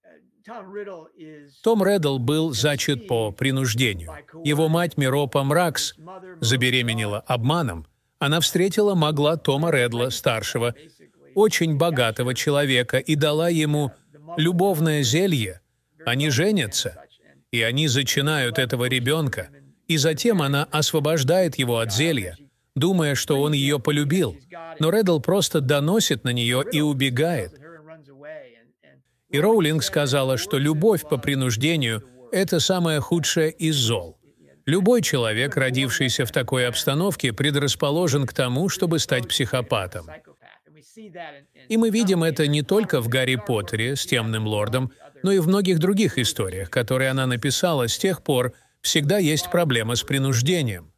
Том Реддл был зачат по принуждению. Его мать Миропа Мракс забеременела обманом. Она встретила могла Тома Реддла, старшего, очень богатого человека, и дала ему любовное зелье. Они женятся, и они зачинают этого ребенка, и затем она освобождает его от зелья, думая, что он ее полюбил. Но Реддл просто доносит на нее и убегает. И Роулинг сказала, что любовь по принуждению — это самое худшее из зол. Любой человек, родившийся в такой обстановке, предрасположен к тому, чтобы стать психопатом. И мы видим это не только в «Гарри Поттере» с Темным Лордом, но и в многих других историях, которые она написала с тех пор. Всегда есть проблема с принуждением.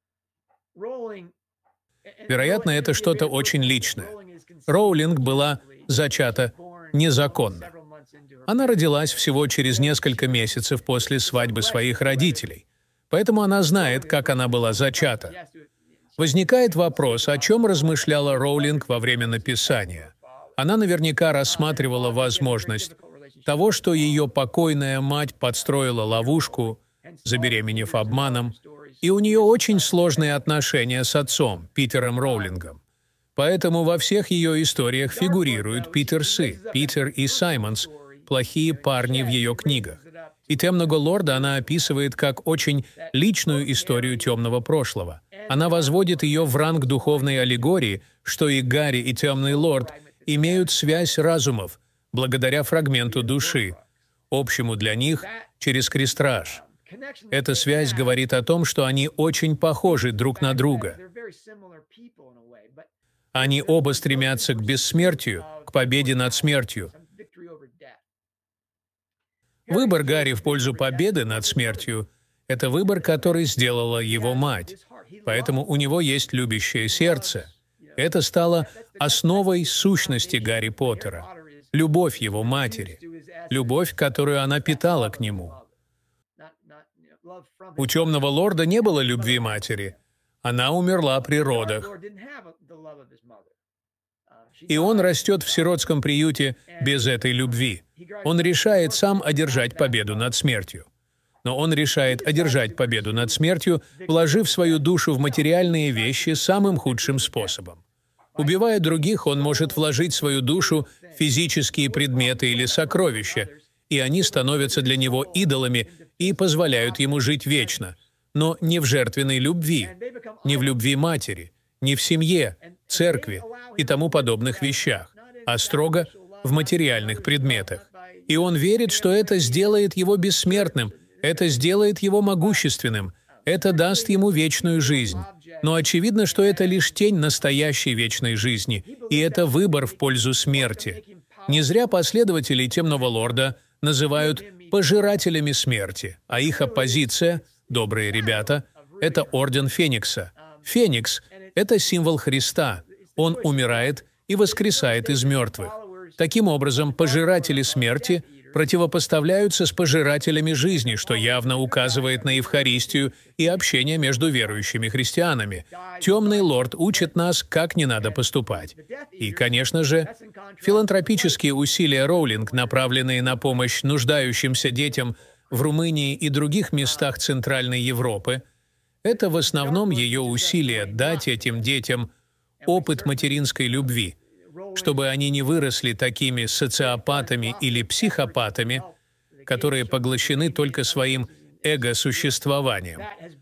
Вероятно, это что-то очень личное. Роулинг была зачата незаконно. Она родилась всего через несколько месяцев после свадьбы своих родителей, поэтому она знает, как она была зачата. Возникает вопрос, о чем размышляла Роулинг во время написания. Она наверняка рассматривала возможность того, что ее покойная мать подстроила ловушку, забеременев обманом, и у нее очень сложные отношения с отцом, Питером Роулингом. Поэтому во всех ее историях фигурируют Питерсы, Питер и Саймонс, плохие парни в ее книгах. И Темного Лорда она описывает как очень личную историю темного прошлого. Она возводит ее в ранг духовной аллегории, что и Гарри, и Темный Лорд имеют связь разумов, благодаря фрагменту души, общему для них через крестраж. Эта связь говорит о том, что они очень похожи друг на друга. Они оба стремятся к бессмертию, к победе над смертью. Выбор Гарри в пользу победы над смертью — это выбор, который сделала его мать. Поэтому у него есть любящее сердце. Это стало основой сущности Гарри Поттера. Любовь его матери. Любовь, которую она питала к нему. У Темного Лорда не было любви матери. Она умерла при родах. И он растет в сиротском приюте без этой любви. Он решает сам одержать победу над смертью. Но он решает одержать победу над смертью, вложив свою душу в материальные вещи самым худшим способом. Убивая других, он может вложить свою душу в физические предметы или сокровища, и они становятся для него идолами и позволяют ему жить вечно, но не в жертвенной любви, не в любви матери, не в семье, церкви и тому подобных вещах, а строго в материальных предметах. И он верит, что это сделает его бессмертным, это сделает его могущественным, это даст ему вечную жизнь. Но очевидно, что это лишь тень настоящей вечной жизни, и это выбор в пользу смерти. Не зря последователи Темного Лорда называют пожирателями смерти, а их оппозиция, добрые ребята, это Орден Феникса. Феникс — это символ Христа. Он умирает и воскресает из мертвых. Таким образом, пожиратели смерти противопоставляются с пожирателями жизни, что явно указывает на Евхаристию и общение между верующими христианами. Темный Лорд учит нас, как не надо поступать. И, конечно же, филантропические усилия Роулинг, направленные на помощь нуждающимся детям в Румынии и других местах Центральной Европы, это в основном ее усилия дать этим детям опыт материнской любви, чтобы они не выросли такими социопатами или психопатами, которые поглощены только своим эго-существованием,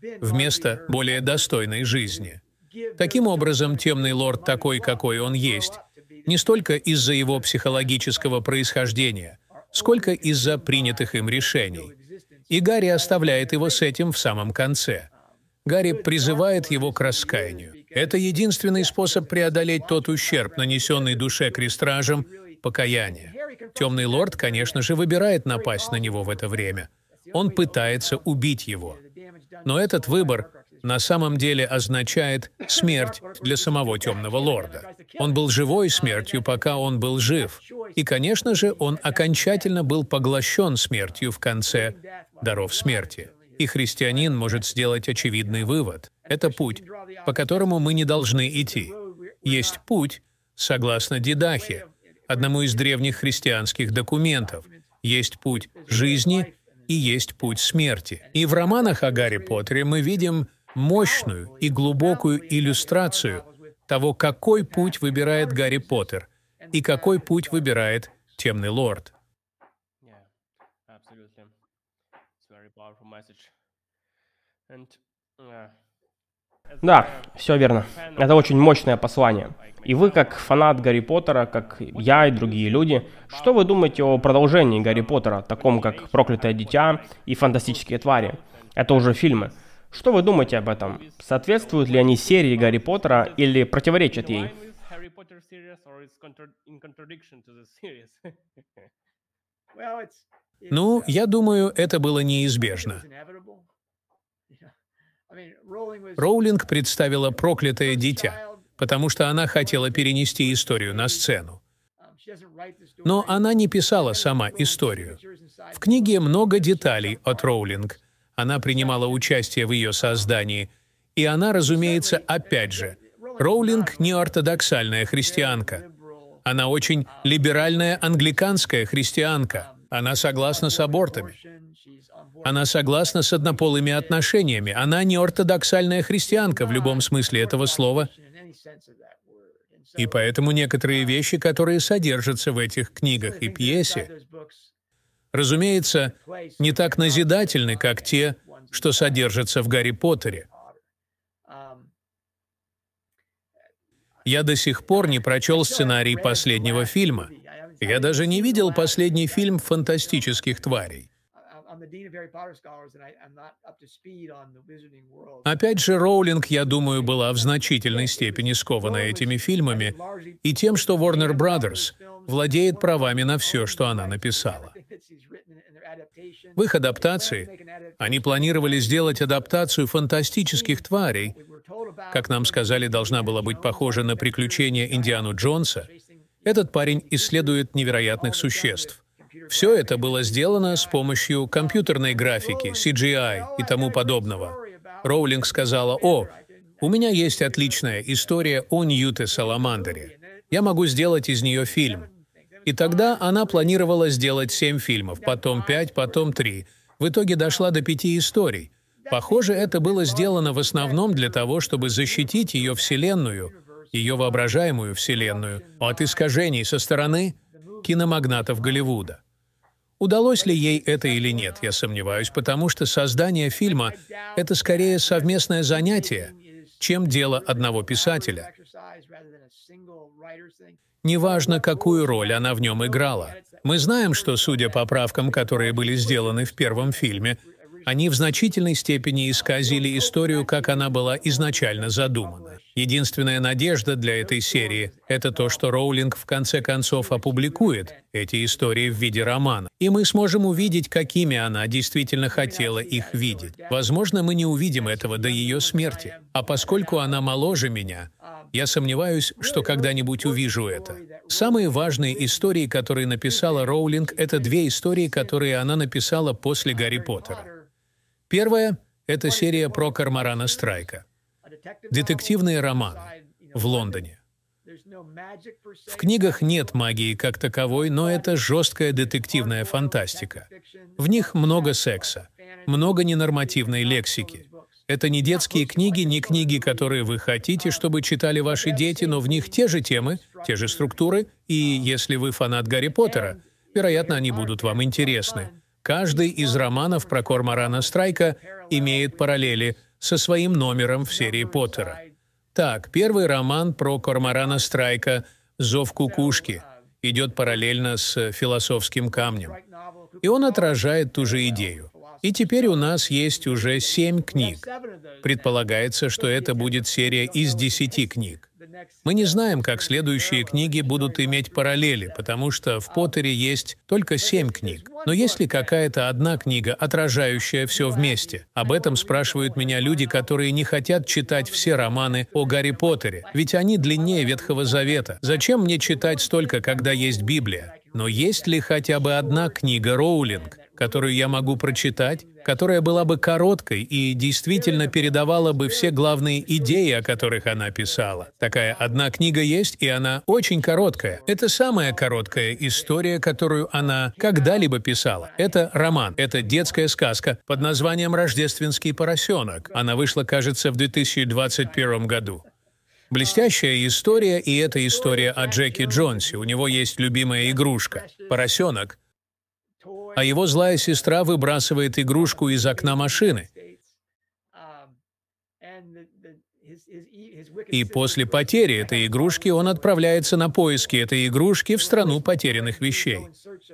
вместо более достойной жизни. Таким образом, Темный Лорд такой, какой он есть, не столько из-за его психологического происхождения, сколько из-за принятых им решений. И Гарри оставляет его с этим в самом конце. Гарри призывает его к раскаянию. Это единственный способ преодолеть тот ущерб, нанесенный душе крестражем, покаяние. Темный Лорд, конечно же, выбирает напасть на него в это время. Он пытается убить его. Но этот выбор на самом деле означает смерть для самого Темного Лорда. Он был живой смертью, пока он был жив. И, конечно же, он окончательно был поглощен смертью в конце даров смерти. И христианин может сделать очевидный вывод. Это путь, по которому мы не должны идти. Есть путь, согласно Дидахе, одному из древних христианских документов. Есть путь жизни и есть путь смерти. И в романах о Гарри Поттере мы видим мощную и глубокую иллюстрацию того, какой путь выбирает Гарри Поттер и какой путь выбирает Темный Лорд.
Да, все верно. Это очень мощное послание. И вы, как фанат Гарри Поттера, как я и другие люди, что вы думаете о продолжении Гарри Поттера, таком как «Проклятое дитя» и «Фантастические твари»? Это уже фильмы. Что вы думаете об этом? Соответствуют ли они серии Гарри Поттера или противоречат ей?
Ну, я думаю, это было неизбежно. Роулинг представила «Проклятое дитя», потому что она хотела перенести историю на сцену. Но она не писала сама историю. В книге много деталей от Роулинг. Она принимала участие в ее создании. И она, разумеется, опять же, Роулинг не ортодоксальная христианка. Она очень либеральная англиканская христианка. Она согласна с абортами. Она согласна с однополыми отношениями. Она не ортодоксальная христианка в любом смысле этого слова. И поэтому некоторые вещи, которые содержатся в этих книгах и пьесе, разумеется, не так назидательны, как те, что содержатся в Гарри Поттере. Я до сих пор не прочел сценарий последнего фильма. Я даже не видел последний фильм «Фантастических тварей». Опять же, Роулинг, я думаю, была в значительной степени скована этими фильмами и тем, что Warner Brothers владеет правами на все, что она написала. В их адаптации они планировали сделать адаптацию «Фантастических тварей», как нам сказали, должна была быть похожа на приключения Индиану Джонса. Этот парень исследует невероятных существ. Все это было сделано с помощью компьютерной графики, си джи ай и тому подобного. Роулинг сказала: «О, у меня есть отличная история о Ньюте Саламандере. Я могу сделать из нее фильм». И тогда она планировала сделать семь фильмов, потом пять, потом три. В итоге дошла до пяти историй. Похоже, это было сделано в основном для того, чтобы защитить ее вселенную, ее воображаемую вселенную, от искажений со стороны киномагнатов Голливуда. Удалось ли ей это или нет, я сомневаюсь, потому что создание фильма — это скорее совместное занятие, чем дело одного писателя. Неважно, какую роль она в нем играла. Мы знаем, что, судя по правкам, которые были сделаны в первом фильме, они в значительной степени исказили историю, как она была изначально задумана. Единственная надежда для этой серии — это то, что Роулинг в конце концов опубликует эти истории в виде романа, и мы сможем увидеть, какими она действительно хотела их видеть. Возможно, мы не увидим этого до ее смерти, а поскольку она моложе меня, я сомневаюсь, что когда-нибудь увижу это. Самые важные истории, которые написала Роулинг, это две истории, которые она написала после Гарри Поттера. Первая — это серия про Корморана Страйка. Детективные романы в Лондоне. В книгах нет магии как таковой, но это жесткая детективная фантастика. В них много секса, много ненормативной лексики. Это не детские книги, не книги, которые вы хотите, чтобы читали ваши дети, но в них те же темы, те же структуры, и если вы фанат Гарри Поттера, вероятно, они будут вам интересны. Каждый из романов про Корморана Страйка имеет параллели со своим номером в серии Поттера. Так, первый роман про Корморана Страйка «Зов кукушки» идет параллельно с «Философским камнем». И он отражает ту же идею. И теперь у нас есть уже семь книг. Предполагается, что это будет серия из десяти книг. Мы не знаем, как следующие книги будут иметь параллели, потому что в Поттере есть только семь книг. Но есть ли какая-то одна книга, отражающая все вместе? Об этом спрашивают меня люди, которые не хотят читать все романы о Гарри Поттере, ведь они длиннее Ветхого Завета. Зачем мне читать столько, когда есть Библия? Но есть ли хотя бы одна книга Роулинг, которую я могу прочитать, которая была бы короткой и действительно передавала бы все главные идеи, о которых она писала? Такая одна книга есть, и она очень короткая. Это самая короткая история, которую она когда-либо писала. Это роман, это детская сказка под названием «Рождественский поросенок». Она вышла, кажется, в две тысячи двадцать первом году. Блестящая история, и это история о Джеки Джонсе. У него есть любимая игрушка — поросенок, а его злая сестра выбрасывает игрушку из окна машины. И после потери этой игрушки он отправляется на поиски этой игрушки в страну потерянных вещей.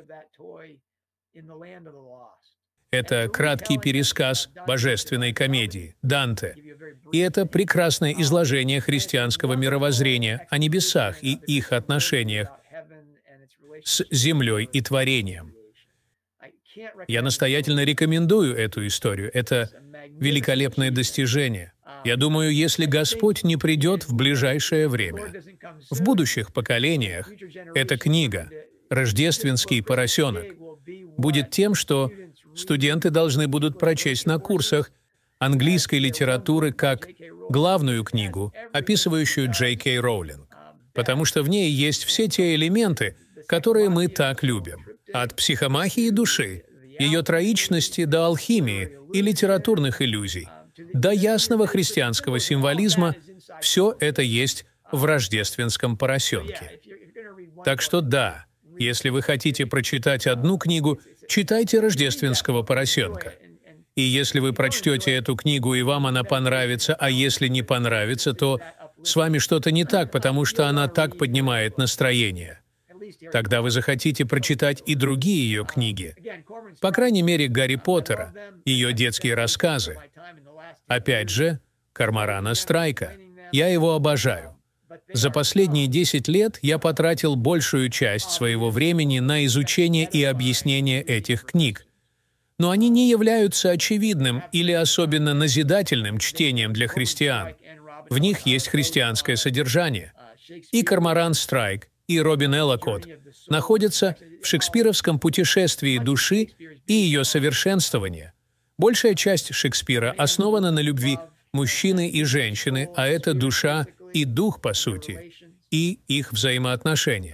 Это краткий пересказ божественной комедии «Данте». И это прекрасное изложение христианского мировоззрения о небесах и их отношениях с землей и творением. Я настоятельно рекомендую эту историю. Это великолепное достижение. Я думаю, если Господь не придет в ближайшее время, в будущих поколениях, эта книга «Рождественский поросенок» будет тем, что студенты должны будут прочесть на курсах английской литературы как главную книгу, описывающую Джей Кей Роулинг, потому что в ней есть все те элементы, которые мы так любим. От психомахии души, ее троичности до алхимии и литературных иллюзий, до ясного христианского символизма, все это есть в «Рождественском поросенке». Так что да, если вы хотите прочитать одну книгу, читайте «Рождественского поросенка». И если вы прочтете эту книгу, и вам она понравится, а если не понравится, то с вами что-то не так, потому что она так поднимает настроение. Тогда вы захотите прочитать и другие ее книги. По крайней мере, Гарри Поттера, ее детские рассказы. Опять же, Корморана Страйка. Я его обожаю. За последние десять лет я потратил большую часть своего времени на изучение и объяснение этих книг. Но они не являются очевидным или особенно назидательным чтением для христиан. В них есть христианское содержание. И Корморан Страйк, и Робин Эллокотт находятся в шекспировском путешествии души и ее совершенствования. Большая часть Шекспира основана на любви мужчины и женщины, а это душа и дух, по сути, и их взаимоотношения.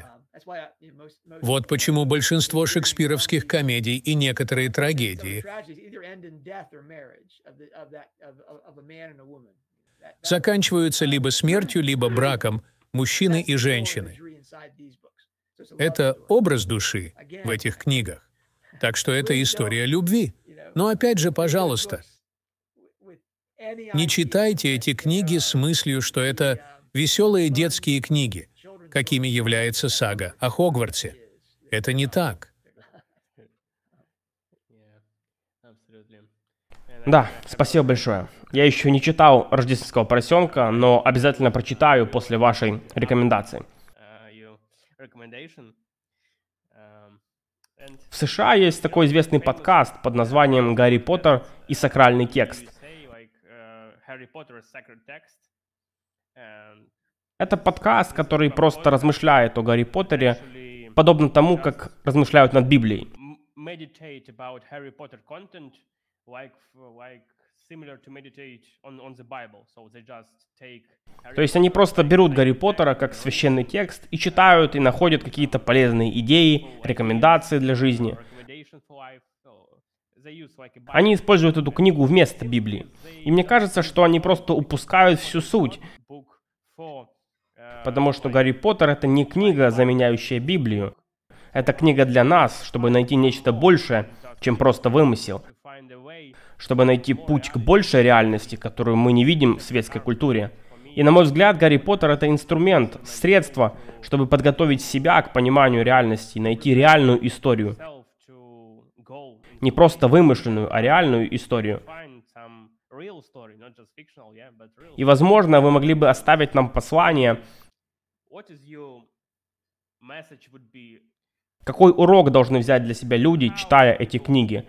Вот почему большинство шекспировских комедий и некоторые трагедии заканчиваются либо смертью, либо браком мужчины и женщины. Это образ души в этих книгах. Так что это история любви. Но опять же, пожалуйста, не читайте эти книги с мыслью, что это веселые детские книги, какими является сага о Хогвартсе. Это не так.
Да, спасибо большое. Я еще не читал «Рождественского поросенка», но обязательно прочитаю после вашей рекомендации. В США есть такой известный подкаст под названием «Гарри Поттер и сакральный текст». Это подкаст, который просто размышляет о Гарри Поттере, подобно тому, как размышляют над Библией. То есть они просто берут Гарри Поттера как священный текст и читают, и находят какие-то полезные идеи, рекомендации для жизни. Они используют эту книгу вместо Библии. И мне кажется, что они просто упускают всю суть. Потому что Гарри Поттер — это не книга, заменяющая Библию. Это книга для нас, чтобы найти нечто большее, чем просто вымысел. Чтобы найти путь к большей реальности, которую мы не видим в светской культуре. И, на мой взгляд, Гарри Поттер — это инструмент, средство, чтобы подготовить себя к пониманию реальности, найти реальную историю. Не просто вымышленную, а реальную историю. И, возможно, вы могли бы оставить нам послание. Какой урок должны взять для себя люди, читая эти книги?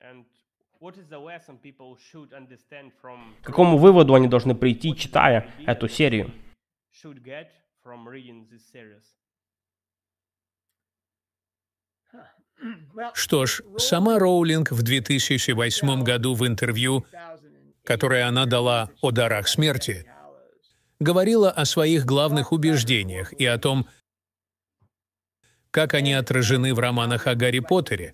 К какому выводу они должны прийти, читая эту серию?
Что ж, сама Роулинг в две тысячи восьмом году в интервью, которое она дала о дарах смерти, говорила о своих главных убеждениях и о том, как они отражены в романах о Гарри Поттере,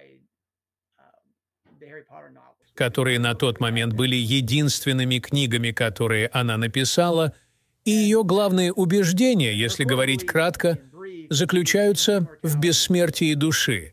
которые на тот момент были единственными книгами, которые она написала, и ее главные убеждения, если говорить кратко, заключаются в бессмертии души.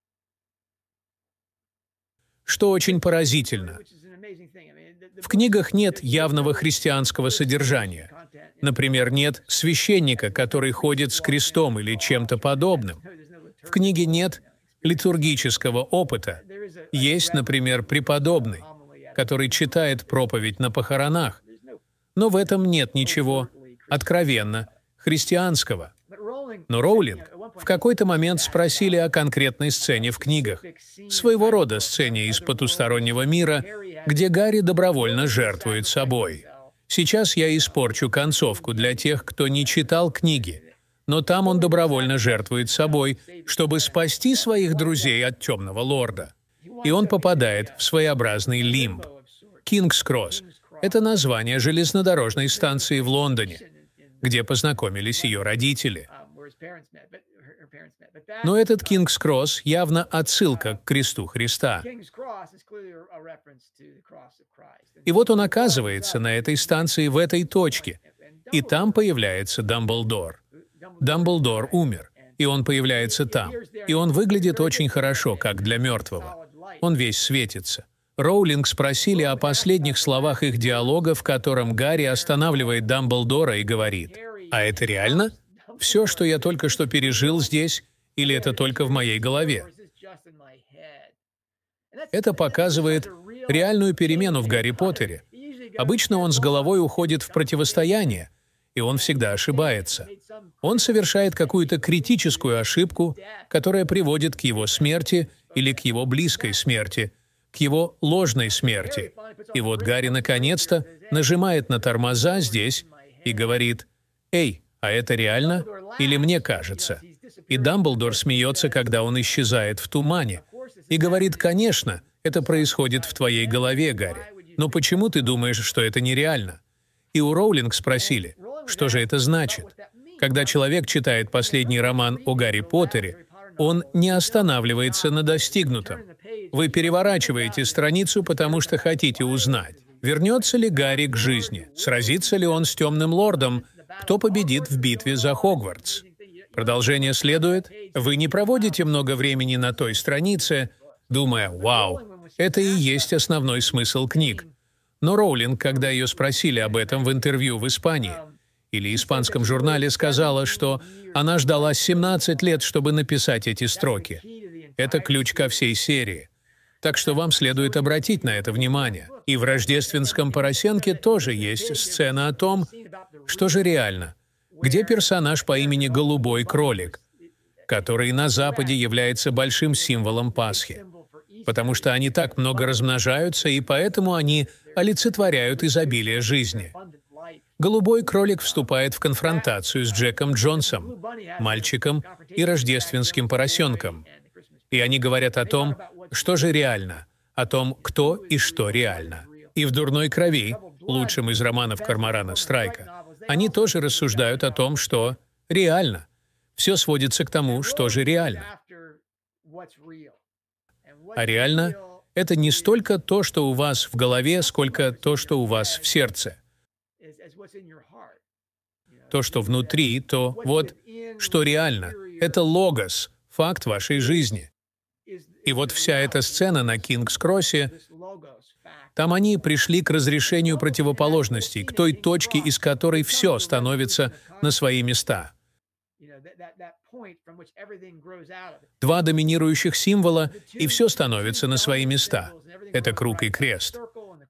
Что очень поразительно. В книгах нет явного христианского содержания. Например, нет священника, который ходит с крестом или чем-то подобным. В книге нет литургического опыта. Есть, например, преподобный, который читает проповедь на похоронах. Но в этом нет ничего откровенно христианского. Но Роулинг в какой-то момент спросили о конкретной сцене в книгах. Своего рода сцене из потустороннего мира, где Гарри добровольно жертвует собой. Сейчас я испорчу концовку для тех, кто не читал книги. Но там он добровольно жертвует собой, чтобы спасти своих друзей от Темного Лорда. И он попадает в своеобразный лимб. Кингс-Кросс — это название железнодорожной станции в Лондоне, где познакомились ее родители. Но этот Кингс-Кросс явно отсылка к кресту Христа. И вот он оказывается на этой станции в этой точке, и там появляется Дамблдор. Дамблдор умер, и он появляется там. И он выглядит очень хорошо, как для мертвого. Он весь светится. Роулинг спросили о последних словах их диалога, в котором Гарри останавливает Дамблдора и говорит: «А это реально? Все, что я только что пережил здесь, или это только в моей голове?» Это показывает реальную перемену в Гарри Поттере. Обычно он с головой уходит в противостояние, и он всегда ошибается. Он совершает какую-то критическую ошибку, которая приводит к его смерти или к его близкой смерти, к его ложной смерти. И вот Гарри наконец-то нажимает на тормоза здесь и говорит: «Эй, а это реально? Или мне кажется?» И Дамблдор смеется, когда он исчезает в тумане, и говорит: «Конечно, это происходит в твоей голове, Гарри. Но почему ты думаешь, что это нереально?» И у Роулинг спросили: «Что же это значит?» Когда человек читает последний роман о Гарри Поттере, он не останавливается на достигнутом. Вы переворачиваете страницу, потому что хотите узнать, вернется ли Гарри к жизни, сразится ли он с Темным Лордом, кто победит в битве за Хогвартс. Продолжение следует. Вы не проводите много времени на той странице, думая: «Вау, это и есть основной смысл книг». Но Роулинг, когда ее спросили об этом в интервью в Испании или испанском журнале, сказала, что она ждала семнадцать лет, чтобы написать эти строки. Это ключ ко всей серии. Так что вам следует обратить на это внимание. И в «Рождественском поросенке» тоже есть сцена о том, что же реально. Где персонаж по имени Голубой кролик, который на Западе является большим символом Пасхи, потому что они так много размножаются, и поэтому они олицетворяют изобилие жизни. Голубой кролик вступает в конфронтацию с Джеком Джонсом, мальчиком и рождественским поросенком. И они говорят о том, что же реально, о том, кто и что реально. И в «Дурной крови», лучшем из романов Корморана Страйка, они тоже рассуждают о том, что реально. Все сводится к тому, что же реально. А реально — это не столько то, что у вас в голове, сколько то, что у вас в сердце. То, что внутри, то вот, что реально. Это логос, факт вашей жизни. И вот вся эта сцена на Кингс-Кроссе, там они пришли к разрешению противоположностей, к той точке, из которой все становится на свои места. Два доминирующих символа, и все становится на свои места. Это круг и крест.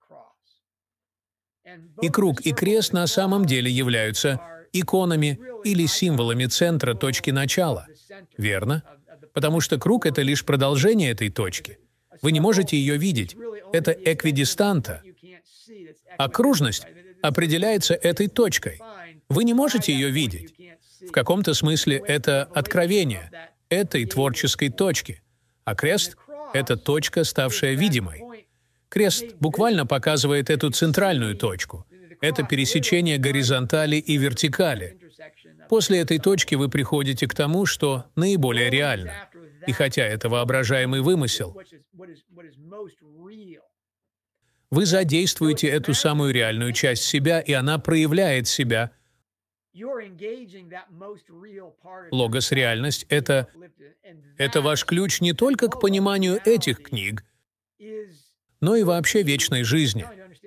И круг, и крест на самом деле являются иконами или символами центра точки начала. Верно? Потому что круг — это лишь продолжение этой точки. Вы не можете ее видеть. Это эквидистанта. Окружность определяется этой точкой. Вы не можете ее видеть. В каком-то смысле это откровение этой творческой точки. А крест — это точка, ставшая видимой. Крест буквально показывает эту центральную точку. Это пересечение горизонтали и вертикали. После этой точки вы приходите к тому, что наиболее реально. И хотя это воображаемый вымысел, вы задействуете эту самую реальную часть себя, и она проявляет себя. Логос-реальность — это, это ваш ключ не только к пониманию этих книг, но и вообще вечной жизни.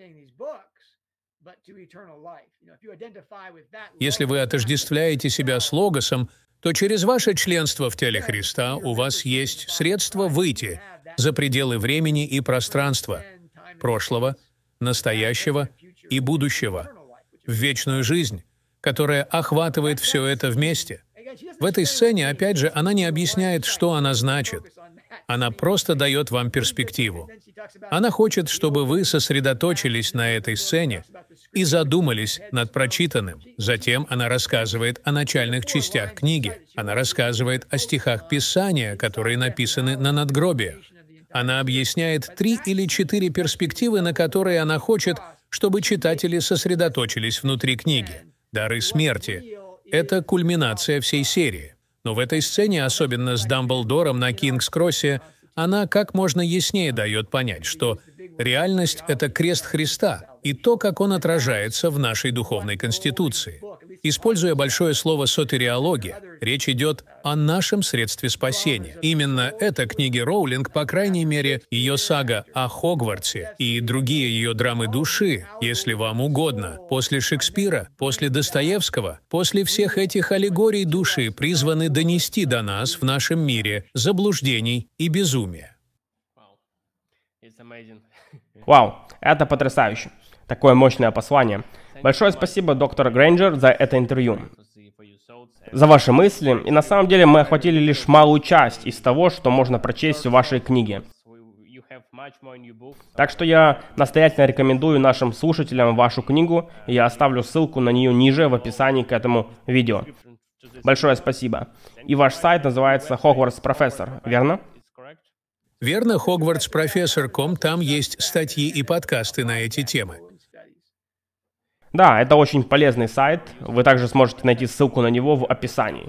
Если вы отождествляете себя с логосом, то через ваше членство в теле Христа у вас есть средство выйти за пределы времени и пространства, прошлого, настоящего и будущего, в вечную жизнь, которая охватывает все это вместе. В этой сцене, опять же, она не объясняет, что она значит. Она просто дает вам перспективу. Она хочет, чтобы вы сосредоточились на этой сцене и задумались над прочитанным. Затем она рассказывает о начальных частях книги. Она рассказывает о стихах Писания, которые написаны на надгробиях. Она объясняет три или четыре перспективы, на которые она хочет, чтобы читатели сосредоточились внутри книги. Дары смерти — это кульминация всей серии. Но в этой сцене, особенно с Дамблдором на Кингс-Кроссе, она как можно яснее дает понять, что реальность — это крест Христа и то, как он отражается в нашей духовной конституции. Используя большое слово «сотериология», речь идет о нашем средстве спасения. Именно это книги Роулинг, по крайней мере, ее сага о Хогвартсе и другие ее драмы души, если вам угодно, после Шекспира, после Достоевского, после всех этих аллегорий души призваны донести до нас в нашем мире заблуждений и безумия.
Вау, это потрясающе. Такое мощное послание. Большое спасибо, доктор Грейнджер, за это интервью, за ваши мысли. И на самом деле мы охватили лишь малую часть из того, что можно прочесть в вашей книге. Так что я настоятельно рекомендую нашим слушателям вашу книгу, и я оставлю ссылку на нее ниже в описании к этому видео. Большое спасибо. И ваш сайт называется Hogwarts Professor, верно?
Верно, хогвартс профессор точка ком, там есть статьи и подкасты на эти темы.
Да, это очень полезный сайт. Вы также сможете найти ссылку на него в описании.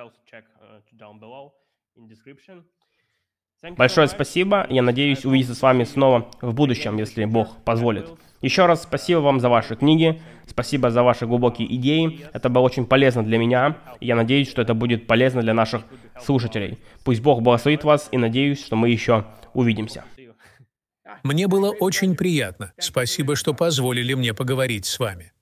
Большое спасибо. Я надеюсь увидеться с вами снова в будущем, если Бог позволит. Еще раз спасибо вам за ваши книги. Спасибо за ваши глубокие идеи. Это было очень полезно для меня. И я надеюсь, что это будет полезно для наших слушателей. Пусть Бог благословит вас, и надеюсь, что мы еще увидимся.
Мне было очень приятно. Спасибо, что позволили мне поговорить с вами.